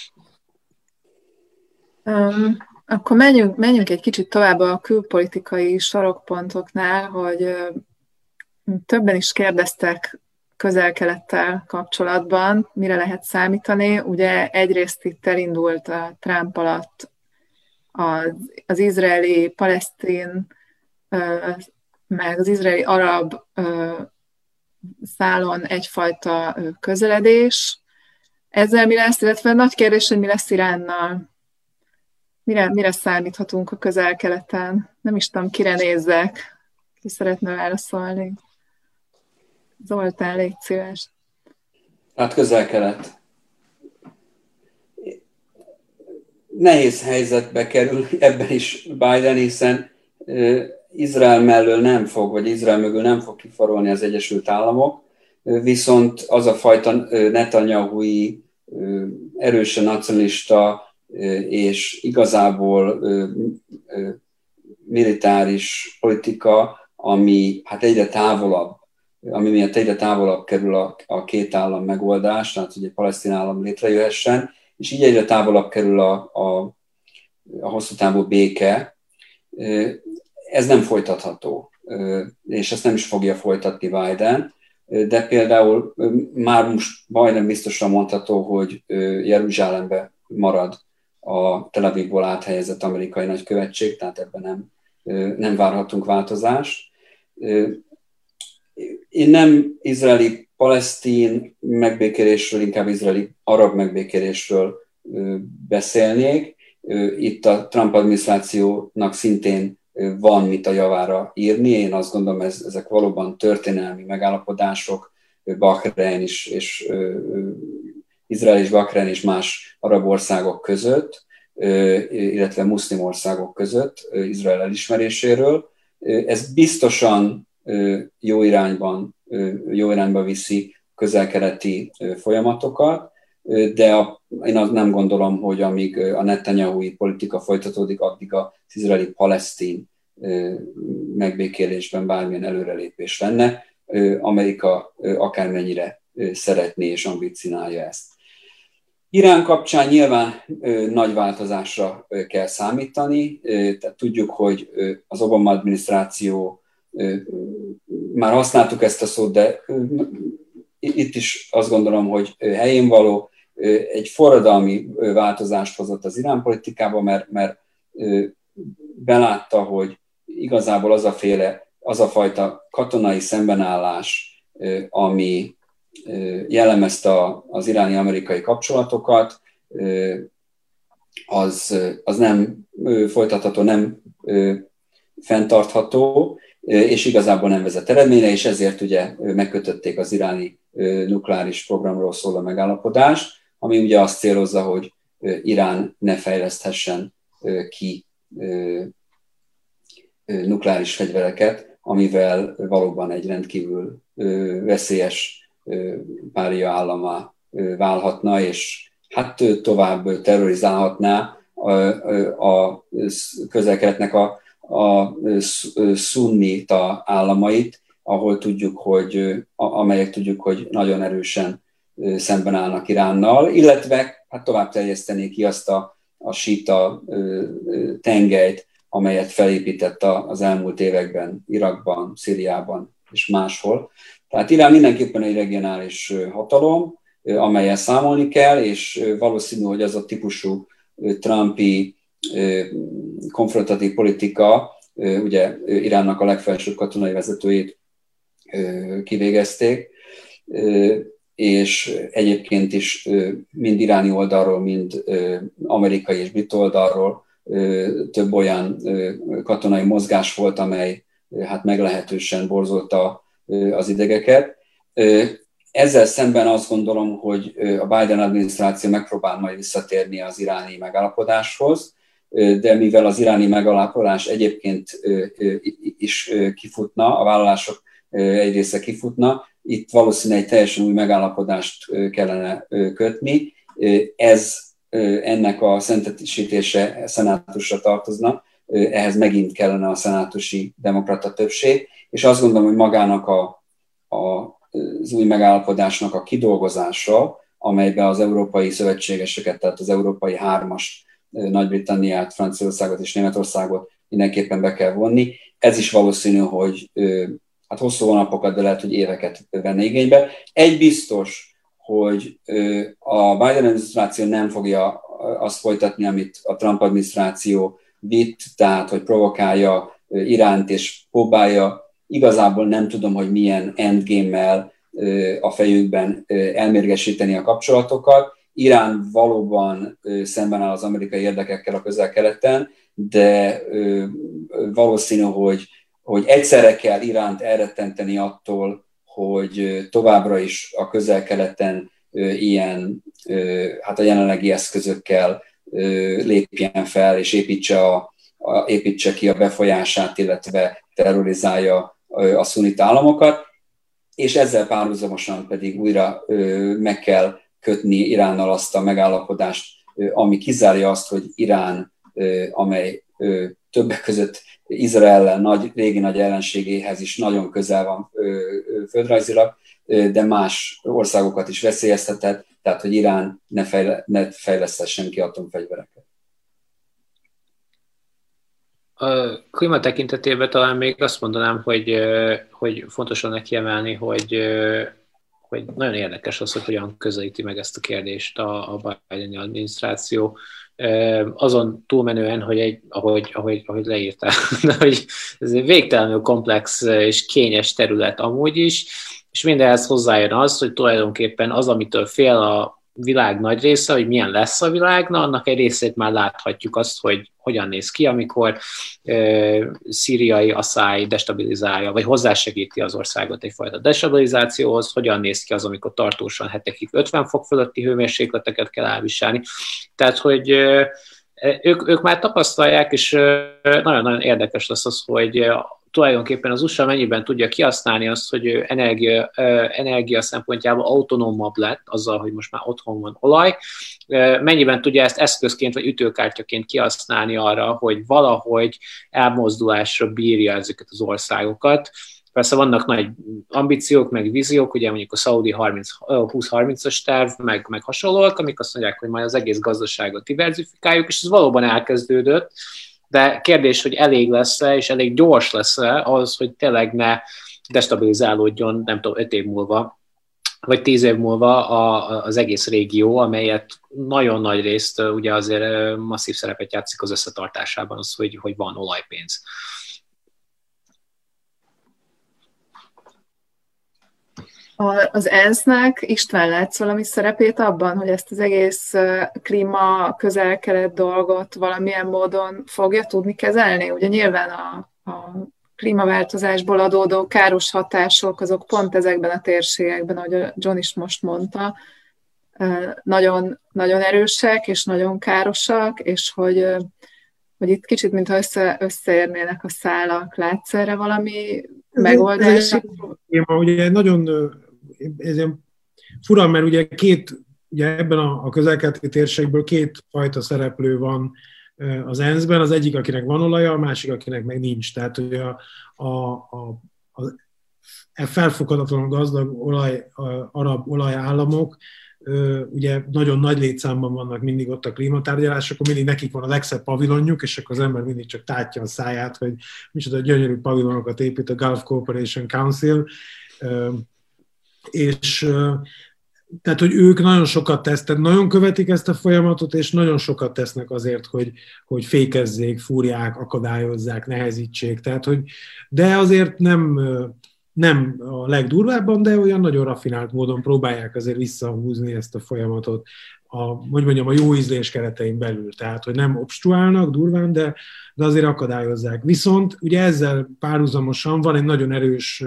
Akkor menjünk egy kicsit tovább a külpolitikai sarokpontoknál, hogy többen is kérdeztek Közel-Kelettel kapcsolatban, mire lehet számítani. Ugye egyrészt itt elindult a Trump alatt az izraeli-palesztin, meg az izraeli-arab szálon egyfajta közeledés. Ezzel mi lesz, illetve nagy kérdés, hogy mi lesz Iránnal. Mire számíthatunk a Közel-Keleten? Nem is tudom, kire nézzek. Ki szeretne válaszolni? Zoltán, légy szíves. Hát Közel-Kelet. Nehéz helyzetbe kerül ebben is Biden, hiszen Izrael mellől nem fog, vagy Izrael mögül nem fog kifarolni az Egyesült Államok, viszont az a fajta Netanyahui erősen nacionalista és igazából militáris politika, ami hát egyre távolabb, ami miatt egyre távolabb kerül a két állam megoldás, tehát hogy egy palesztin állam létrejöhessen, és így egyre távolabb kerül a hosszú távú béke. Ez nem folytatható, és ezt nem is fogja folytatni Biden, de például már most majdnem biztosan mondható, hogy Jeruzsálembe marad a Tel Avivból áthelyezett amerikai nagykövetség, tehát ebben nem várhatunk változást. Én nem izraeli-palesztin megbékélésről, inkább izraeli-arab megbékélésről beszélnék. Itt a Trump adminisztrációnak szintén van mit a javára írni. Én azt gondolom, ezek valóban történelmi megállapodások, Bahrein és Izrael és Bahrein és más arab országok között, illetve muszlim országok között Izrael elismeréséről. Ez biztosan jó irányba viszi közel-keleti folyamatokat, de én azt nem gondolom, hogy amíg a Netanyahui politika folytatódik, addig az izraeli-palesztin megbékélésben bármilyen előrelépés lenne. Amerika akármennyire szeretné és ambicionálja ezt. Irán kapcsán nyilván nagy változásra kell számítani, tehát tudjuk, hogy az Obama adminisztráció, már használtuk ezt a szót, de itt is azt gondolom, hogy helyén való, egy forradalmi változást hozott az Irán politikába, mert belátta, hogy igazából az a fajta katonai szembenállás, ami jellemezte az iráni-amerikai kapcsolatokat, az nem folytatható, nem fenntartható, és igazából nem vezet eredményre, és ezért ugye megkötötték az iráni nukleáris programról szóló megállapodást, ami ugye azt célozza, hogy Irán ne fejleszthessen ki nukleáris fegyvereket, amivel valóban egy rendkívül veszélyes párja állammá válhatna, és hát tovább terrorizálhatná a Közel-Keletnek a szunnita államait, amelyek tudjuk, hogy nagyon erősen szemben állnak Iránnal, illetve hát tovább terjesztenék ki azt a síta tengelyt, amelyet felépített az elmúlt években Irakban, Szíriában és máshol. Tehát Irán mindenképpen egy regionális hatalom, amellyel számolni kell, és valószínű, hogy az a típusú trumpi konfrontatív politika, ugye Iránnak a legfelsőbb katonai vezetőjét kivégezték, és egyébként is mind iráni oldalról, mind amerikai és brit oldalról több olyan katonai mozgás volt, amely hát meglehetősen borzolta az idegeket. Ezzel szemben azt gondolom, hogy a Biden adminisztráció megpróbál majd visszatérni az iráni megállapodáshoz, de mivel az iráni megállapodás egyébként is kifutna, a vállalások egy része kifutna, itt valószínűleg egy teljesen új megállapodást kellene kötni. Ennek a szentesítése szenátusra tartozna, ehhez megint kellene a szenátusi demokrata többség, és azt gondolom, hogy magának az új megállapodásnak a kidolgozása, amelyben az európai szövetségeseket, tehát az európai hármas, Nagy-Britanniát, Franciaországot és Németországot mindenképpen be kell vonni. Ez is valószínű, hogy hát hosszú hónapokat, de lehet, hogy éveket venne igénybe. Egy biztos, hogy a Biden adminisztráció nem fogja azt folytatni, amit a Trump adminisztráció vitt, tehát hogy provokálja Iránt és próbálja, igazából nem tudom, hogy milyen endgame-mel a fejükben elmérgesíteni a kapcsolatokat. Irán valóban szemben áll az amerikai érdekekkel a Közel-Keleten, de valószínű, hogy hogy egyszerre kell Iránt elrettenteni attól, hogy továbbra is a Közel-Keleten ilyen, hát a jelenlegi eszközökkel lépjen fel, és építse ki a befolyását, illetve terrorizálja a szunita államokat, és ezzel párhuzamosan pedig újra meg kell kötni Iránnal azt a megállapodást, ami kizárja azt, hogy Irán, amely többek között Izrael régi nagy ellenségéhez is nagyon közel van földrajzilag, de más országokat is veszélyeztetett, tehát hogy Irán ne fejlesztessen ki atomfegyvereket. A klíma tekintetében talán még azt mondanám, hogy fontos lenne kiemelni, hogy nagyon érdekes az, hogy hogyan közelíti meg ezt a kérdést a Biden adminisztráció. Azon túlmenően, ahogy leírtál, de hogy ez egy végtelenül komplex és kényes terület amúgy is, és mindenhez hozzájön az, hogy tulajdonképpen az, amitől fél a világ nagy része, hogy milyen lesz a világ, annak egy részét már láthatjuk azt, hogy hogyan néz ki, amikor szíriai asszály destabilizálja, vagy hozzásegíti az országot egyfajta destabilizációhoz, hogyan néz ki az, amikor tartósan hetekig 50 fok fölötti hőmérsékleteket kell elviselni. Tehát, hogy ők már tapasztalják, és nagyon-nagyon érdekes lesz az, hogy tulajdonképpen az USA mennyiben tudja kihasználni azt, hogy energia szempontjából autonómabb lett azzal, hogy most már otthon van olaj, mennyiben tudja ezt eszközként vagy ütőkártyaként kihasználni arra, hogy valahogy elmozdulásra bírja ezeket az országokat. Persze vannak nagy ambíciók, meg víziók, ugye mondjuk a Saudi 20-30-as terv, meg hasonlók, amik azt mondják, hogy majd az egész gazdaságot diversifikáljuk, és ez valóban elkezdődött, de kérdés, hogy elég lesz-e, és elég gyors lesz-e ahhoz, hogy tényleg ne destabilizálódjon, nem tudom, 5 év múlva, vagy 10 év múlva az egész régió, amelyet nagyon nagy részt ugye azért masszív szerepet játszik az összetartásában az, hogy van olajpénz. Az ENSZ-nek, István, látsz valami szerepét abban, hogy ezt az egész klíma közel-kelet dolgot valamilyen módon fogja tudni kezelni? Ugye nyilván a klímaváltozásból adódó káros hatások, azok pont ezekben a térségekben, ahogy John is most mondta, nagyon, nagyon erősek és nagyon károsak, és hogy itt kicsit, mintha összeérnének a szálak. Látsz erre valami megoldást? Ugye nagyon ez fura, mert ugye ugye ebben a közel-keleti térségből 2 fajta szereplő van az ENSZ-ben, az egyik, akinek van olaja, a másik, akinek meg nincs. Tehát ugye a felfoghatatlanul gazdag arab olajállamok ugye nagyon nagy létszámban vannak mindig ott a klímatárgyalásokon, mindig nekik van a legszebb pavilonjuk, és akkor az ember mindig csak tátja a száját, hogy micsoda gyönyörű pavilonokat épít a Gulf Cooperation Council, és tehát, hogy ők nagyon sokat tesznek, nagyon követik ezt a folyamatot, és nagyon sokat tesznek azért, hogy fékezzék, fúrják, akadályozzák, nehezítsék. Tehát, de azért nem a legdurvábban, de olyan nagyon raffinált módon próbálják azért visszahúzni ezt a folyamatot a jó ízlés keretein belül. Tehát, hogy nem obstruálnak durván, de azért akadályozzák. Viszont ugye ezzel párhuzamosan van egy nagyon erős,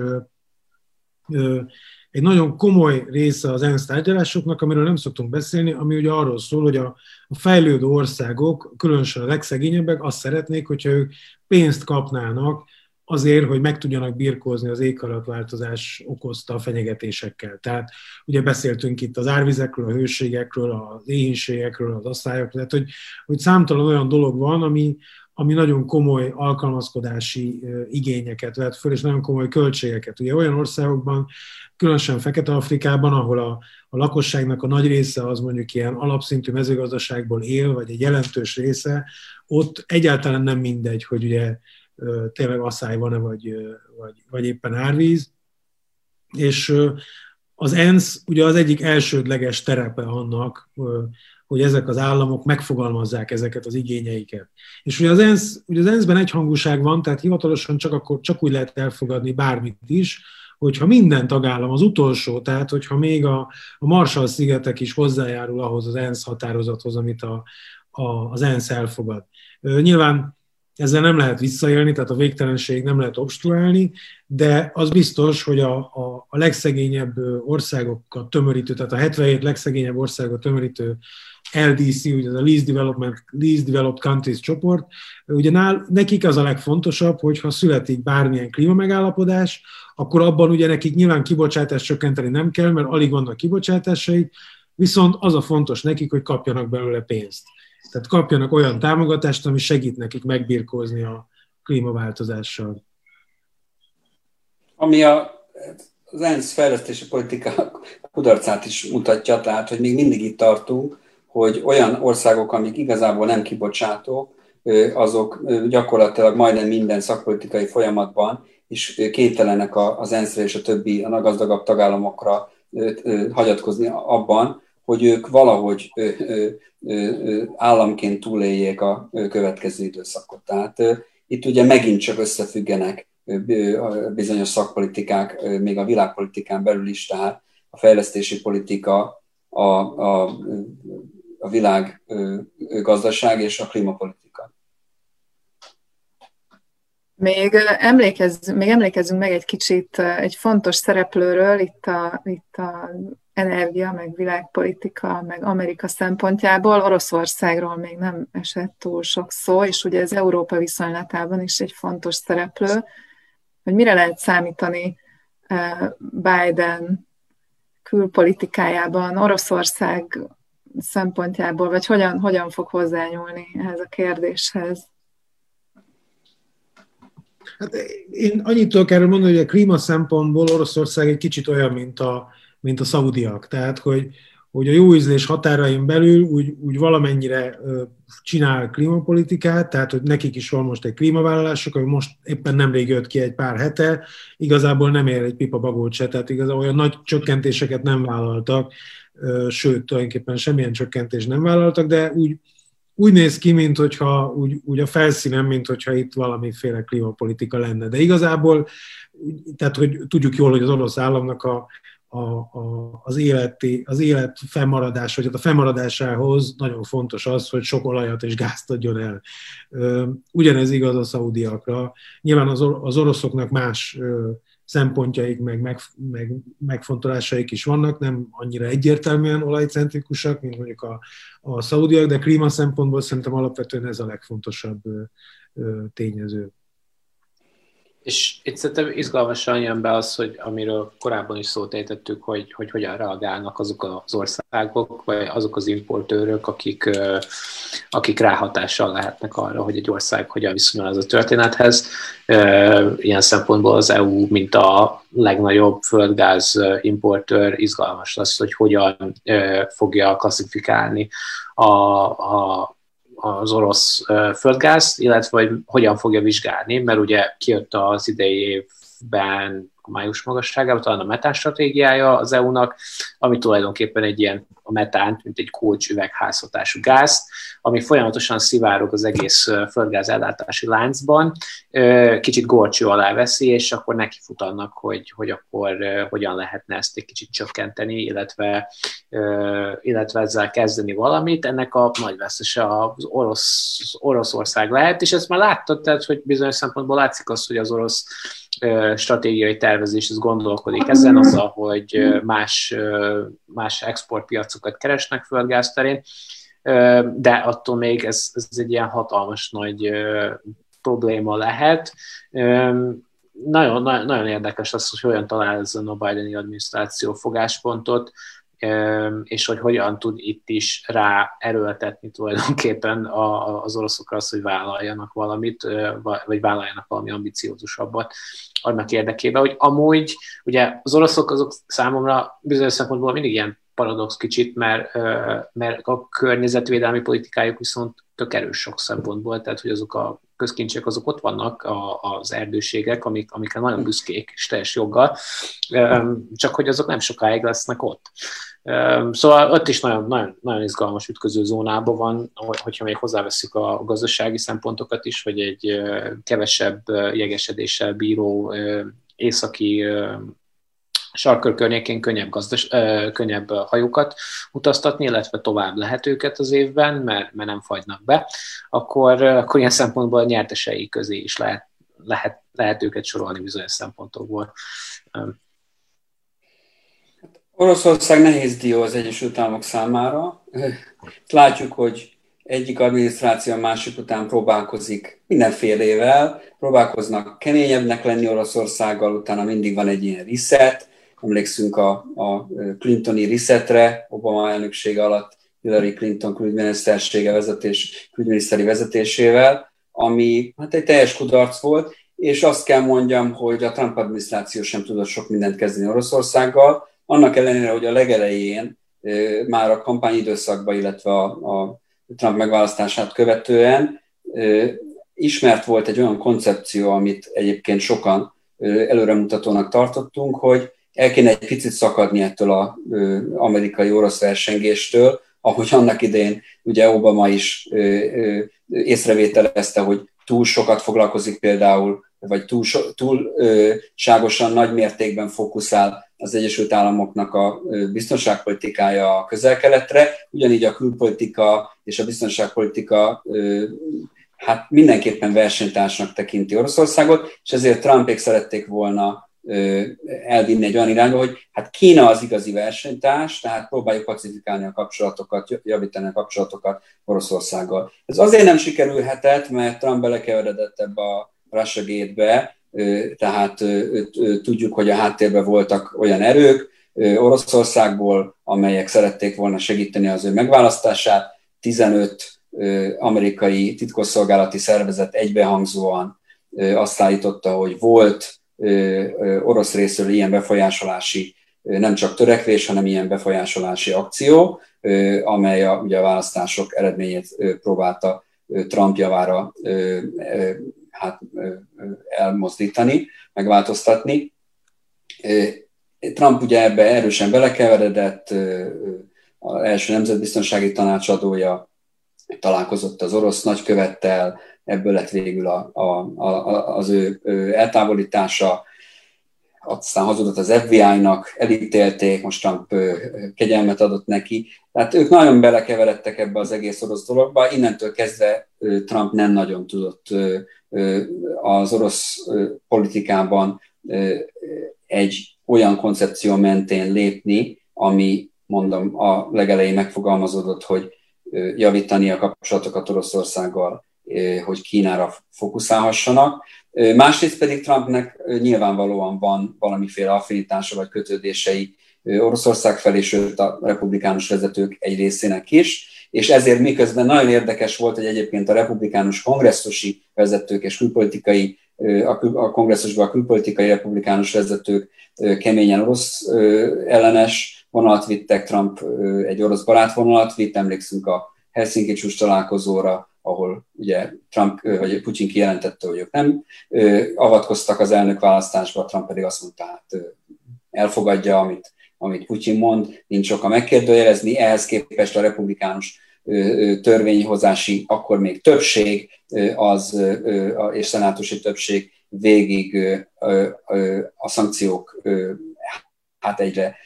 egy nagyon komoly része az ENSZ tárgyalásoknak, amiről nem szoktunk beszélni, ami ugye arról szól, hogy a fejlődő országok, különösen a legszegényebbek azt szeretnék, hogyha ők pénzt kapnának azért, hogy meg tudjanak birkózni az éghajlatváltozás okozta fenyegetésekkel. Tehát ugye beszéltünk itt az árvizekről, a hőségekről, az éhínségekről, az asszályokról, tehát hogy számtalan olyan dolog van, ami nagyon komoly alkalmazkodási igényeket vet föl, és nagyon komoly költségeket. Ugye olyan országokban, különösen Fekete-Afrikában, ahol a lakosságnak a nagy része az mondjuk ilyen alapszintű mezőgazdaságból él, vagy egy jelentős része, ott egyáltalán nem mindegy, hogy ugye tényleg asszály van-e, vagy éppen árvíz. És az ENSZ ugye az egyik elsődleges terepe annak, hogy ezek az államok megfogalmazzák ezeket az igényeiket. És ugye az ENSZ-ben egyhangúság van, tehát hivatalosan csak úgy lehet elfogadni bármit is, hogyha minden tagállam az utolsó, tehát hogyha még a Marshall-szigetek is hozzájárul ahhoz az ENSZ határozathoz, amit az ENSZ elfogad. Nyilván ezzel nem lehet visszaélni, tehát a végtelenség nem lehet obstruálni, de az biztos, hogy a legszegényebb országokat tömörítő, tehát a 77 legszegényebb országot tömörítő LDC, ugye ez a Least Developed Countries csoport, ugye nekik az a legfontosabb, hogyha születik bármilyen klímamegállapodás, akkor abban ugye nekik nyilván kibocsátást csökkenteni nem kell, mert alig vannak kibocsátásaik, viszont az a fontos nekik, hogy kapjanak belőle pénzt. Tehát kapjanak olyan támogatást, ami segít nekik megbirkózni a klímaváltozással. Ami az ENSZ fejlesztési politika kudarcát is mutatja, tehát hogy még mindig itt tartunk, hogy olyan országok, amik igazából nem kibocsátók, azok gyakorlatilag majdnem minden szakpolitikai folyamatban is képtelenek az ENSZ-re és a többi, a gazdagabb tagállamokra hagyatkozni abban, hogy ők valahogy államként túléljék a következő időszakot. Tehát itt ugye megint csak összefüggenek bizonyos szakpolitikák, még a világpolitikán belül is, tehát a fejlesztési politika, a világ gazdaság és a klímapolitika. Még emlékezzünk meg egy kicsit egy fontos szereplőről, itt a energia, meg világpolitika, meg Amerika szempontjából. Oroszországról még nem esett túl sok szó, és ugye ez Európa viszonylatában is egy fontos szereplő, hogy mire lehet számítani Biden külpolitikájában, Oroszország szempontjából, vagy hogyan fog hozzányúlni ehhez a kérdéshez? Hát én annyit tudok erről mondani, hogy a klíma szempontból Oroszország egy kicsit olyan, mint a szaudiak. Tehát, hogy a jó ízlés határain belül úgy valamennyire csinál klímapolitikát, tehát, hogy nekik is van most egy klímavállalások, ami most éppen nemrég jött ki egy pár hete, igazából nem ér egy pipa bagót se, tehát igazából olyan nagy csökkentéseket nem vállaltak, sőt, tulajdonképpen semmilyen csökkentést nem vállaltak, de úgy néz ki, mintha úgy a felszínen, mintha itt valamiféle klímapolitika lenne. De igazából, tehát hogy tudjuk jól, hogy az orosz államnak az élet fennmaradása, vagy a fennmaradásához nagyon fontos az, hogy sok olajat és gázt adjon el. Ugyanez igaz a szaudiakra. Nyilván az oroszoknak más szempontjaik, meg megfontolásaik is vannak, nem annyira egyértelműen olajcentrikusak, mint mondjuk a szaudiak, de klíma szempontból szerintem alapvetően ez a legfontosabb tényező. És itt szerintem izgalmasan jön be az, hogy amiről korábban is szót ejtettük, hogy hogyan reagálnak azok az országok, vagy azok az importőrök, akik ráhatással lehetnek arra, hogy egy ország hogyan viszonyul ez a történethez. Ilyen szempontból az EU, mint a legnagyobb földgáz importőr, izgalmas lesz, hogy hogyan fogja klasszifikálni az orosz földgázt, illetve hogy hogyan fogja vizsgálni, mert ugye kijött az idei évben május magasságában talán a metán stratégiája az EU-nak, ami tulajdonképpen egy ilyen a metánt, mint egy kulcs üvegházhatású gáz, ami folyamatosan szivárog az egész földgáz ellátási láncban, kicsit górcső alá veszi, és akkor nekifut annak, hogy akkor hogyan lehetne ezt egy kicsit csökkenteni, illetve ezzel kezdeni valamit. Ennek a nagy vesztese az Oroszország lehet, és ezt már láttad, tehát hogy bizonyos szempontból látszik az, hogy az orosz stratégiai tervezés az gondolkodik ezen, azzal, hogy más exportpiacokat keresnek földgáz terén, de attól még ez egy ilyen hatalmas nagy probléma lehet. Nagyon érdekes az, hogy hogyan találjon a Bideni adminisztráció fogáspontot, és hogy hogyan tud itt is rá erőltetni tulajdonképpen az oroszokra azt, hogy vállaljanak valamit, vagy vállaljanak valami ambiciózusabbat annak érdekében, hogy amúgy ugye az oroszok azok számomra bizonyos szempontból mindig ilyen paradox kicsit, mert a környezetvédelmi politikájuk viszont tök erős sok szempontból, tehát hogy azok a közkincsek azok ott vannak, az erdőségek, amikre nagyon büszkék, és teljes joggal, csak hogy azok nem sokáig lesznek ott. Szóval ott is nagyon, nagyon, nagyon izgalmas ütköző zónában van, hogyha még hozzáveszünk a gazdasági szempontokat is, hogy egy kevesebb jegesedéssel bíró északi sarkkör környékén könnyebb hajókat utaztatni, illetve tovább lehet őket az évben, mert nem fagynak be, akkor ilyen szempontból a nyertesei közé is lehet őket sorolni bizonyos szempontokból. Oroszország nehéz dió az Egyesült Államok számára. Látjuk, hogy egyik adminisztráció a másik után próbálkozik mindenfélével, próbálkoznak keményebbnek lenni Oroszországgal, utána mindig van egy ilyen reset. Emlékszünk a Clintoni resetre, Obama elnöksége alatt Hillary Clinton külügyminiszteri vezetésével, ami hát egy teljes kudarc volt, és azt kell mondjam, hogy a Trump adminisztráció sem tudott sok mindent kezdeni Oroszországgal, annak ellenére, hogy a legelején már a kampányidőszakban, illetve a Trump megválasztását követően ismert volt egy olyan koncepció, amit egyébként sokan előremutatónak tartottunk, hogy el kéne egy picit szakadni ettől az amerikai-orosz versengéstől, ahogy annak idején ugye Obama is észrevételezte, hogy túl sokat foglalkozik például, vagy túlságosan nagy mértékben fókuszál az Egyesült Államoknak a biztonságpolitikája a Közel-Keletre, ugyanígy a külpolitika és a biztonságpolitika hát mindenképpen versenytársnak tekinti Oroszországot, és ezért Trumpék szerették volna elvinni egy olyan irányba, hogy hát Kína az igazi versenytárs, tehát próbáljuk pacifikálni a kapcsolatokat, javítani a kapcsolatokat Oroszországgal. Ez azért nem sikerülhetett, mert Trump belekeveredett ebbe a Russiagate-be, tehát tudjuk, hogy a háttérben voltak olyan erők Oroszországból, amelyek szerették volna segíteni az ő megválasztását. 15 amerikai titkosszolgálati szervezet egybehangzóan azt állította, hogy volt orosz részről ilyen befolyásolási, nem csak törekvés, hanem ilyen befolyásolási akció, amely ugye a választások eredményét próbálta Trump javára elmozdítani, megváltoztatni. Trump ugye ebbe erősen belekeveredett, az első nemzetbiztonsági tanácsadója találkozott az orosz nagykövettel, ebből lett végül az ő eltávolítása, aztán hazudott az FBI-nak, elítélték, most Trump kegyelmet adott neki. Tehát ők nagyon belekeveredtek ebbe az egész orosz dologba, innentől kezdve Trump nem nagyon tudott az orosz politikában egy olyan koncepció mentén lépni, ami, mondom, a legelején megfogalmazódott, hogy javítani a kapcsolatokat Oroszországgal, hogy Kínára fókuszálhassanak. Másrészt pedig Trumpnek nyilvánvalóan van valamiféle affinitása vagy kötődései Oroszország felé, sőt a republikánus vezetők egy részének is, és ezért miközben nagyon érdekes volt, hogy egyébként a republikánus kongresszusi vezetők és külpolitikai, a kongresszusban a külpolitikai republikánus vezetők keményen orosz ellenes vonalat vittek, Trump egy orosz barátvonalat vitt, emlékszünk a Helsinki csúcs találkozóra, ahol ugye Trump vagy Putyin kijelentette, hogy ők nem avatkoztak az elnökválasztásba, Trump pedig azt mondta, hát elfogadja, amit Putyin mond, nincs oka megkérdőjelezni, ehhez képest a republikánus törvényhozási, akkor még többség és szenátusi többség végig a szankciók hát egyre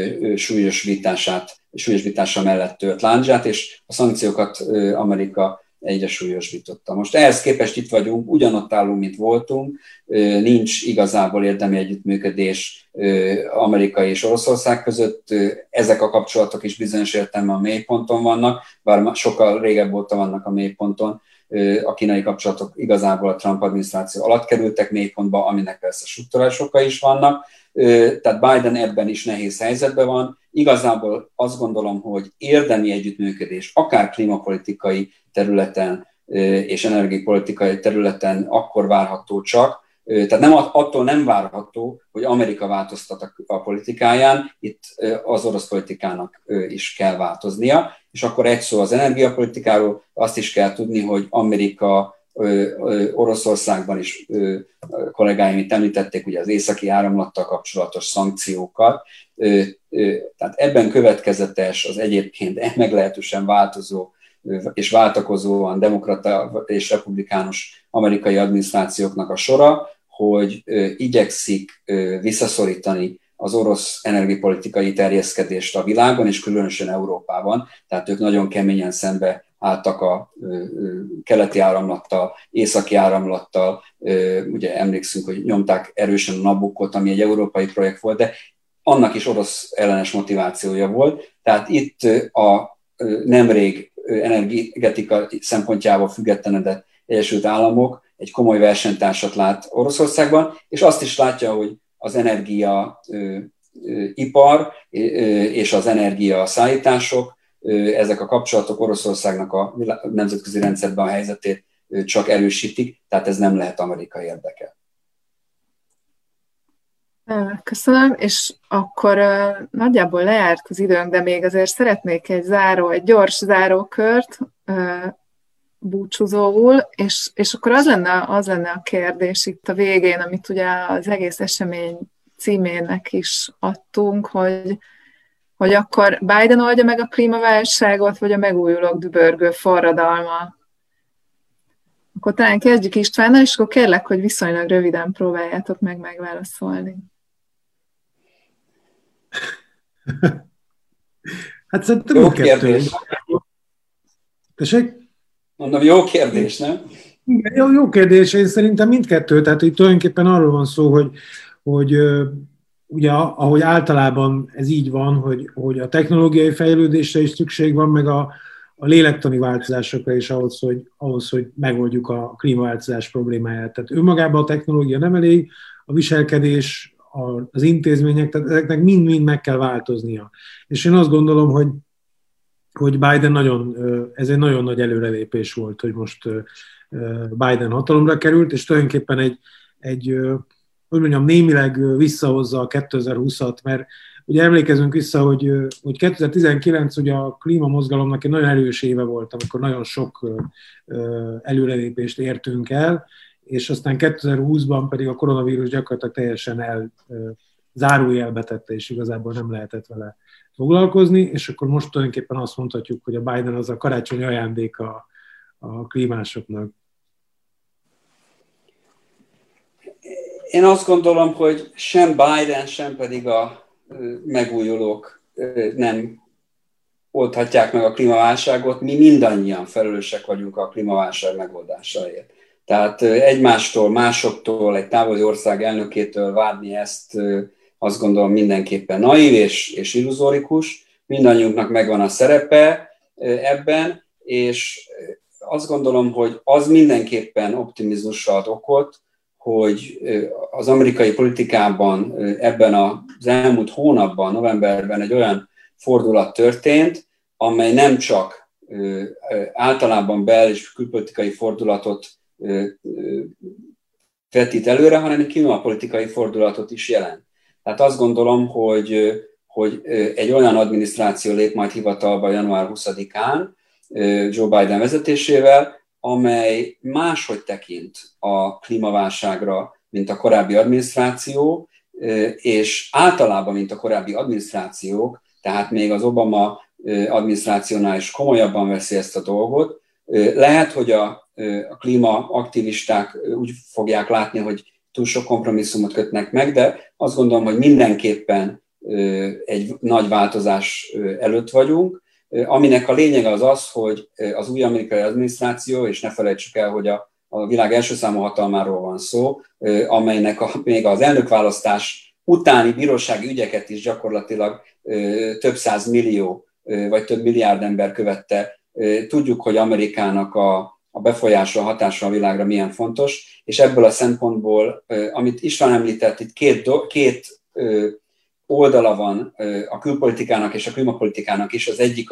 súlyosbítása mellett tört lándzsát, és a szankciókat Amerika egyre súlyosbította. Most ehhez képest itt vagyunk, ugyanott állunk, mint voltunk, nincs igazából érdemi együttműködés Amerika és Oroszország között, ezek a kapcsolatok is bizonyos értelemben a mélyponton vannak, bár sokkal régebb óta vannak a mélyponton, a kínai kapcsolatok igazából a Trump adminisztráció alatt kerültek mélypontba, aminek persze struktúrális okai is vannak, tehát Biden ebben is nehéz helyzetben van. Igazából azt gondolom, hogy érdemi együttműködés, akár klímapolitikai területen és energiapolitikai területen akkor várható csak, tehát attól nem várható, hogy Amerika változtat a politikáján, itt az orosz politikának is kell változnia, és akkor egy szó az energiapolitikáról, azt is kell tudni, hogy Amerika Oroszországban is kollégáim itt említették ugye az északi áramlattal kapcsolatos szankciókat, tehát ebben következetes az egyébként meglehetősen változó és váltakozóan demokrata és republikánus amerikai adminisztrációknak a sora, hogy igyekszik visszaszorítani az orosz energiapolitikai terjeszkedést a világon, és különösen Európában. Tehát ők nagyon keményen szembe álltak a keleti áramlattal, északi áramlattal. Ugye emlékszünk, hogy nyomták erősen a Nabuccót, ami egy európai projekt volt, de annak is orosz ellenes motivációja volt. Tehát itt a nemrég energetika szempontjából függetlenedett Egyesült Államok egy komoly versenytársat lát Oroszországban, és azt is látja, hogy az energiaipar és az energiaszállítások, ezek a kapcsolatok Oroszországnak a nemzetközi rendszerben a helyzetét csak erősítik, tehát ez nem lehet amerikai érdeke. Köszönöm, és akkor nagyjából lejárt az időnk, de még azért szeretnék egy gyors zárókört búcsúzóul, és akkor az lenne a kérdés itt a végén, amit ugye az egész esemény címének is adtunk, hogy akkor Biden oldja meg a klímaválságot, vagy a megújulók dübörgő forradalma. Akkor talán kezdjük Istvánnal, és akkor kérlek, hogy viszonylag röviden próbáljátok meg megválaszolni. Hát szerintem jó kérdés. Tessék? Mondom, jó kérdés, nem? Igen, jó kérdés. Én szerintem mindkettő. Tehát itt tulajdonképpen arról van szó, hogy ugye hogy általában ez így van, hogy a technológiai fejlődésre is szükség van, meg a lélektani változásokra is ahhoz, hogy megoldjuk a klímaváltozás problémáját. Tehát önmagában a technológia nem elég, a viselkedés, az intézmények, tehát ezeknek mind-mind meg kell változnia. És én azt gondolom, hogy Biden ez egy nagyon nagy előrelépés volt, hogy most Biden hatalomra került, és tulajdonképpen hogy mondjam, némileg visszahozza a 2020-at, mert ugye emlékezünk vissza, hogy 2019 ugye a klímamozgalomnak egy nagyon erős éve volt, amikor nagyon sok előrelépést értünk el, és aztán 2020-ban pedig a koronavírus gyakorlatilag teljesen zárójelbe tette, és igazából nem lehetett vele foglalkozni, és akkor most tulajdonképpen azt mondhatjuk, hogy a Biden az a karácsonyi ajándék a klímásoknak. Én azt gondolom, hogy sem Biden, sem pedig a megújulók nem oldhatják meg a klímaválságot. Mi mindannyian felelősek vagyunk a klímaválság megoldásáért. Tehát egymástól, másoktól, egy távoli ország elnökétől várni ezt, azt gondolom mindenképpen naív és illuzórikus. Mindannyiunknak megvan a szerepe ebben, és azt gondolom, hogy az mindenképpen optimizmusra ad okot, hogy az amerikai politikában ebben az elmúlt hónapban, novemberben egy olyan fordulat történt, amely nem csak általában bel- és külpolitikai fordulatot vetít előre, hanem egy klímapolitikai fordulatot is jelent. Tehát azt gondolom, hogy egy olyan adminisztráció lép majd hivatalba január 20-án Joe Biden vezetésével, amely máshogy tekint a klímaválságra, mint a korábbi adminisztráció, és általában, mint a korábbi adminisztrációk, tehát még az Obama adminisztrációnál is komolyabban veszi ezt a dolgot. Lehet, hogy a klímaaktivisták úgy fogják látni, hogy túl sok kompromisszumot kötnek meg, de azt gondolom, hogy mindenképpen egy nagy változás előtt vagyunk, aminek a lényege az, hogy az új amerikai adminisztráció, és ne felejtsük el, hogy a világ első számú hatalmáról van szó, amelynek még az elnökválasztás utáni bírósági ügyeket is gyakorlatilag több százmillió vagy több milliárd ember követte. Tudjuk, hogy Amerikának a befolyása, a hatása a világra milyen fontos, és ebből a szempontból, amit István említett, itt két oldala van a külpolitikának és a klímapolitikának is. Az egyik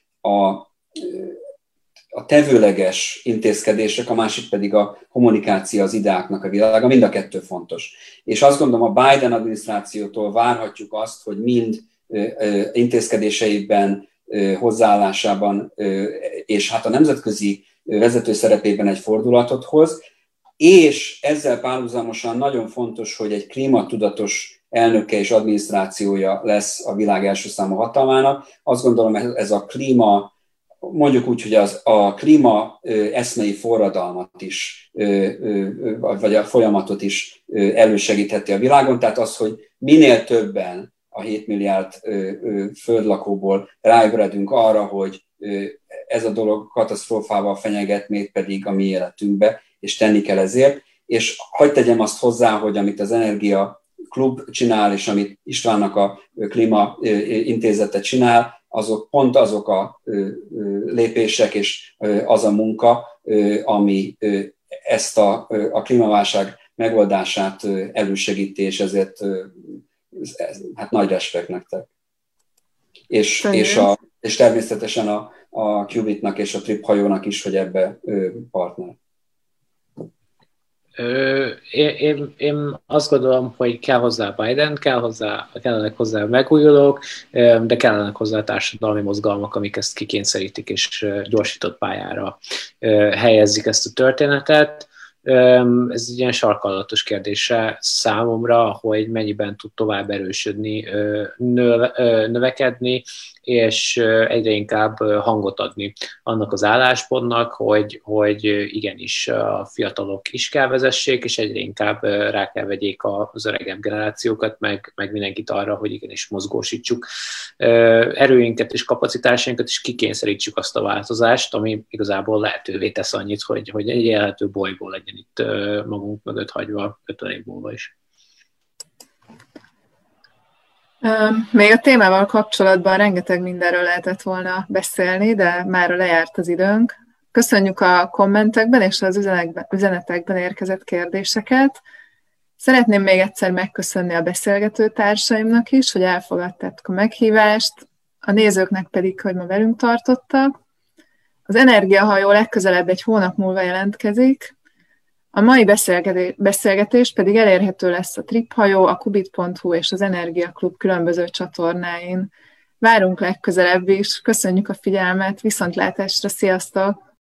a tevőleges intézkedések, a másik pedig a kommunikáció az ideáknak a világa, mind a kettő fontos. És azt gondolom, a Biden adminisztrációtól várhatjuk azt, hogy mind intézkedéseiben, hozzáállásában és hát a nemzetközi vezető szerepében egy fordulatot hoz, és ezzel párhuzamosan nagyon fontos, hogy egy klímatudatos elnöke és adminisztrációja lesz a világ első számú hatalmának. Azt gondolom, ez a klíma mondjuk úgy, hogy a klíma eszmei forradalmat is, vagy a folyamatot is elősegítheti a világon, tehát az, hogy minél többen a 7 milliárd földlakóból ráébredünk arra, hogy ez a dolog katasztrófával fenyeget, mégpedig a mi életünkbe, és tenni kell ezért. És hadd tegyem azt hozzá, hogy amit az Energia Klub csinál, és amit Istvánnak a Klíma Intézete csinál, azok pont azok a lépések és az a munka, ami ezt a klímaválság megoldását elősegíti, és ezért hát nagy respekt nektek. És természetesen a Qubitnak és a Trip hajónak is, hogy ebbe partner. Én azt gondolom, hogy kell hozzá Biden, kellenek hozzá megújulók, de kellenek hozzá társadalmi mozgalmak, amik ezt kikényszerítik és gyorsított pályára helyezik ezt a történetet. Ez egy ilyen sarkallatos kérdése számomra, hogy mennyiben tud tovább erősödni, növekedni, és egyre inkább hangot adni annak az álláspontnak, hogy igenis a fiatalok is kell vezessék, és egyre inkább rá kell vegyék az öregebb generációkat, meg mindenkit arra, hogy igenis mozgósítsuk erőinket és kapacitásainkat, és kikényszerítsük azt a változást, ami igazából lehetővé tesz annyit, hogy egy élhető bolygó legyen itt magunk mögött hagyva 50 év múlva is. Még a témával kapcsolatban rengeteg mindenről lehetett volna beszélni, de már lejárt az időnk. Köszönjük a kommentekben és az üzenetekben érkezett kérdéseket. Szeretném még egyszer megköszönni a beszélgető társaimnak is, hogy elfogadták a meghívást, a nézőknek pedig, hogy ma velünk tartottak. Az Energiahajó legközelebb egy hónap múlva jelentkezik. A mai beszélgetés pedig elérhető lesz a Trip hajó, a Qubit.hu és az Energia Klub különböző csatornáin. Várunk legközelebb is, köszönjük a figyelmet, viszontlátásra, sziasztok!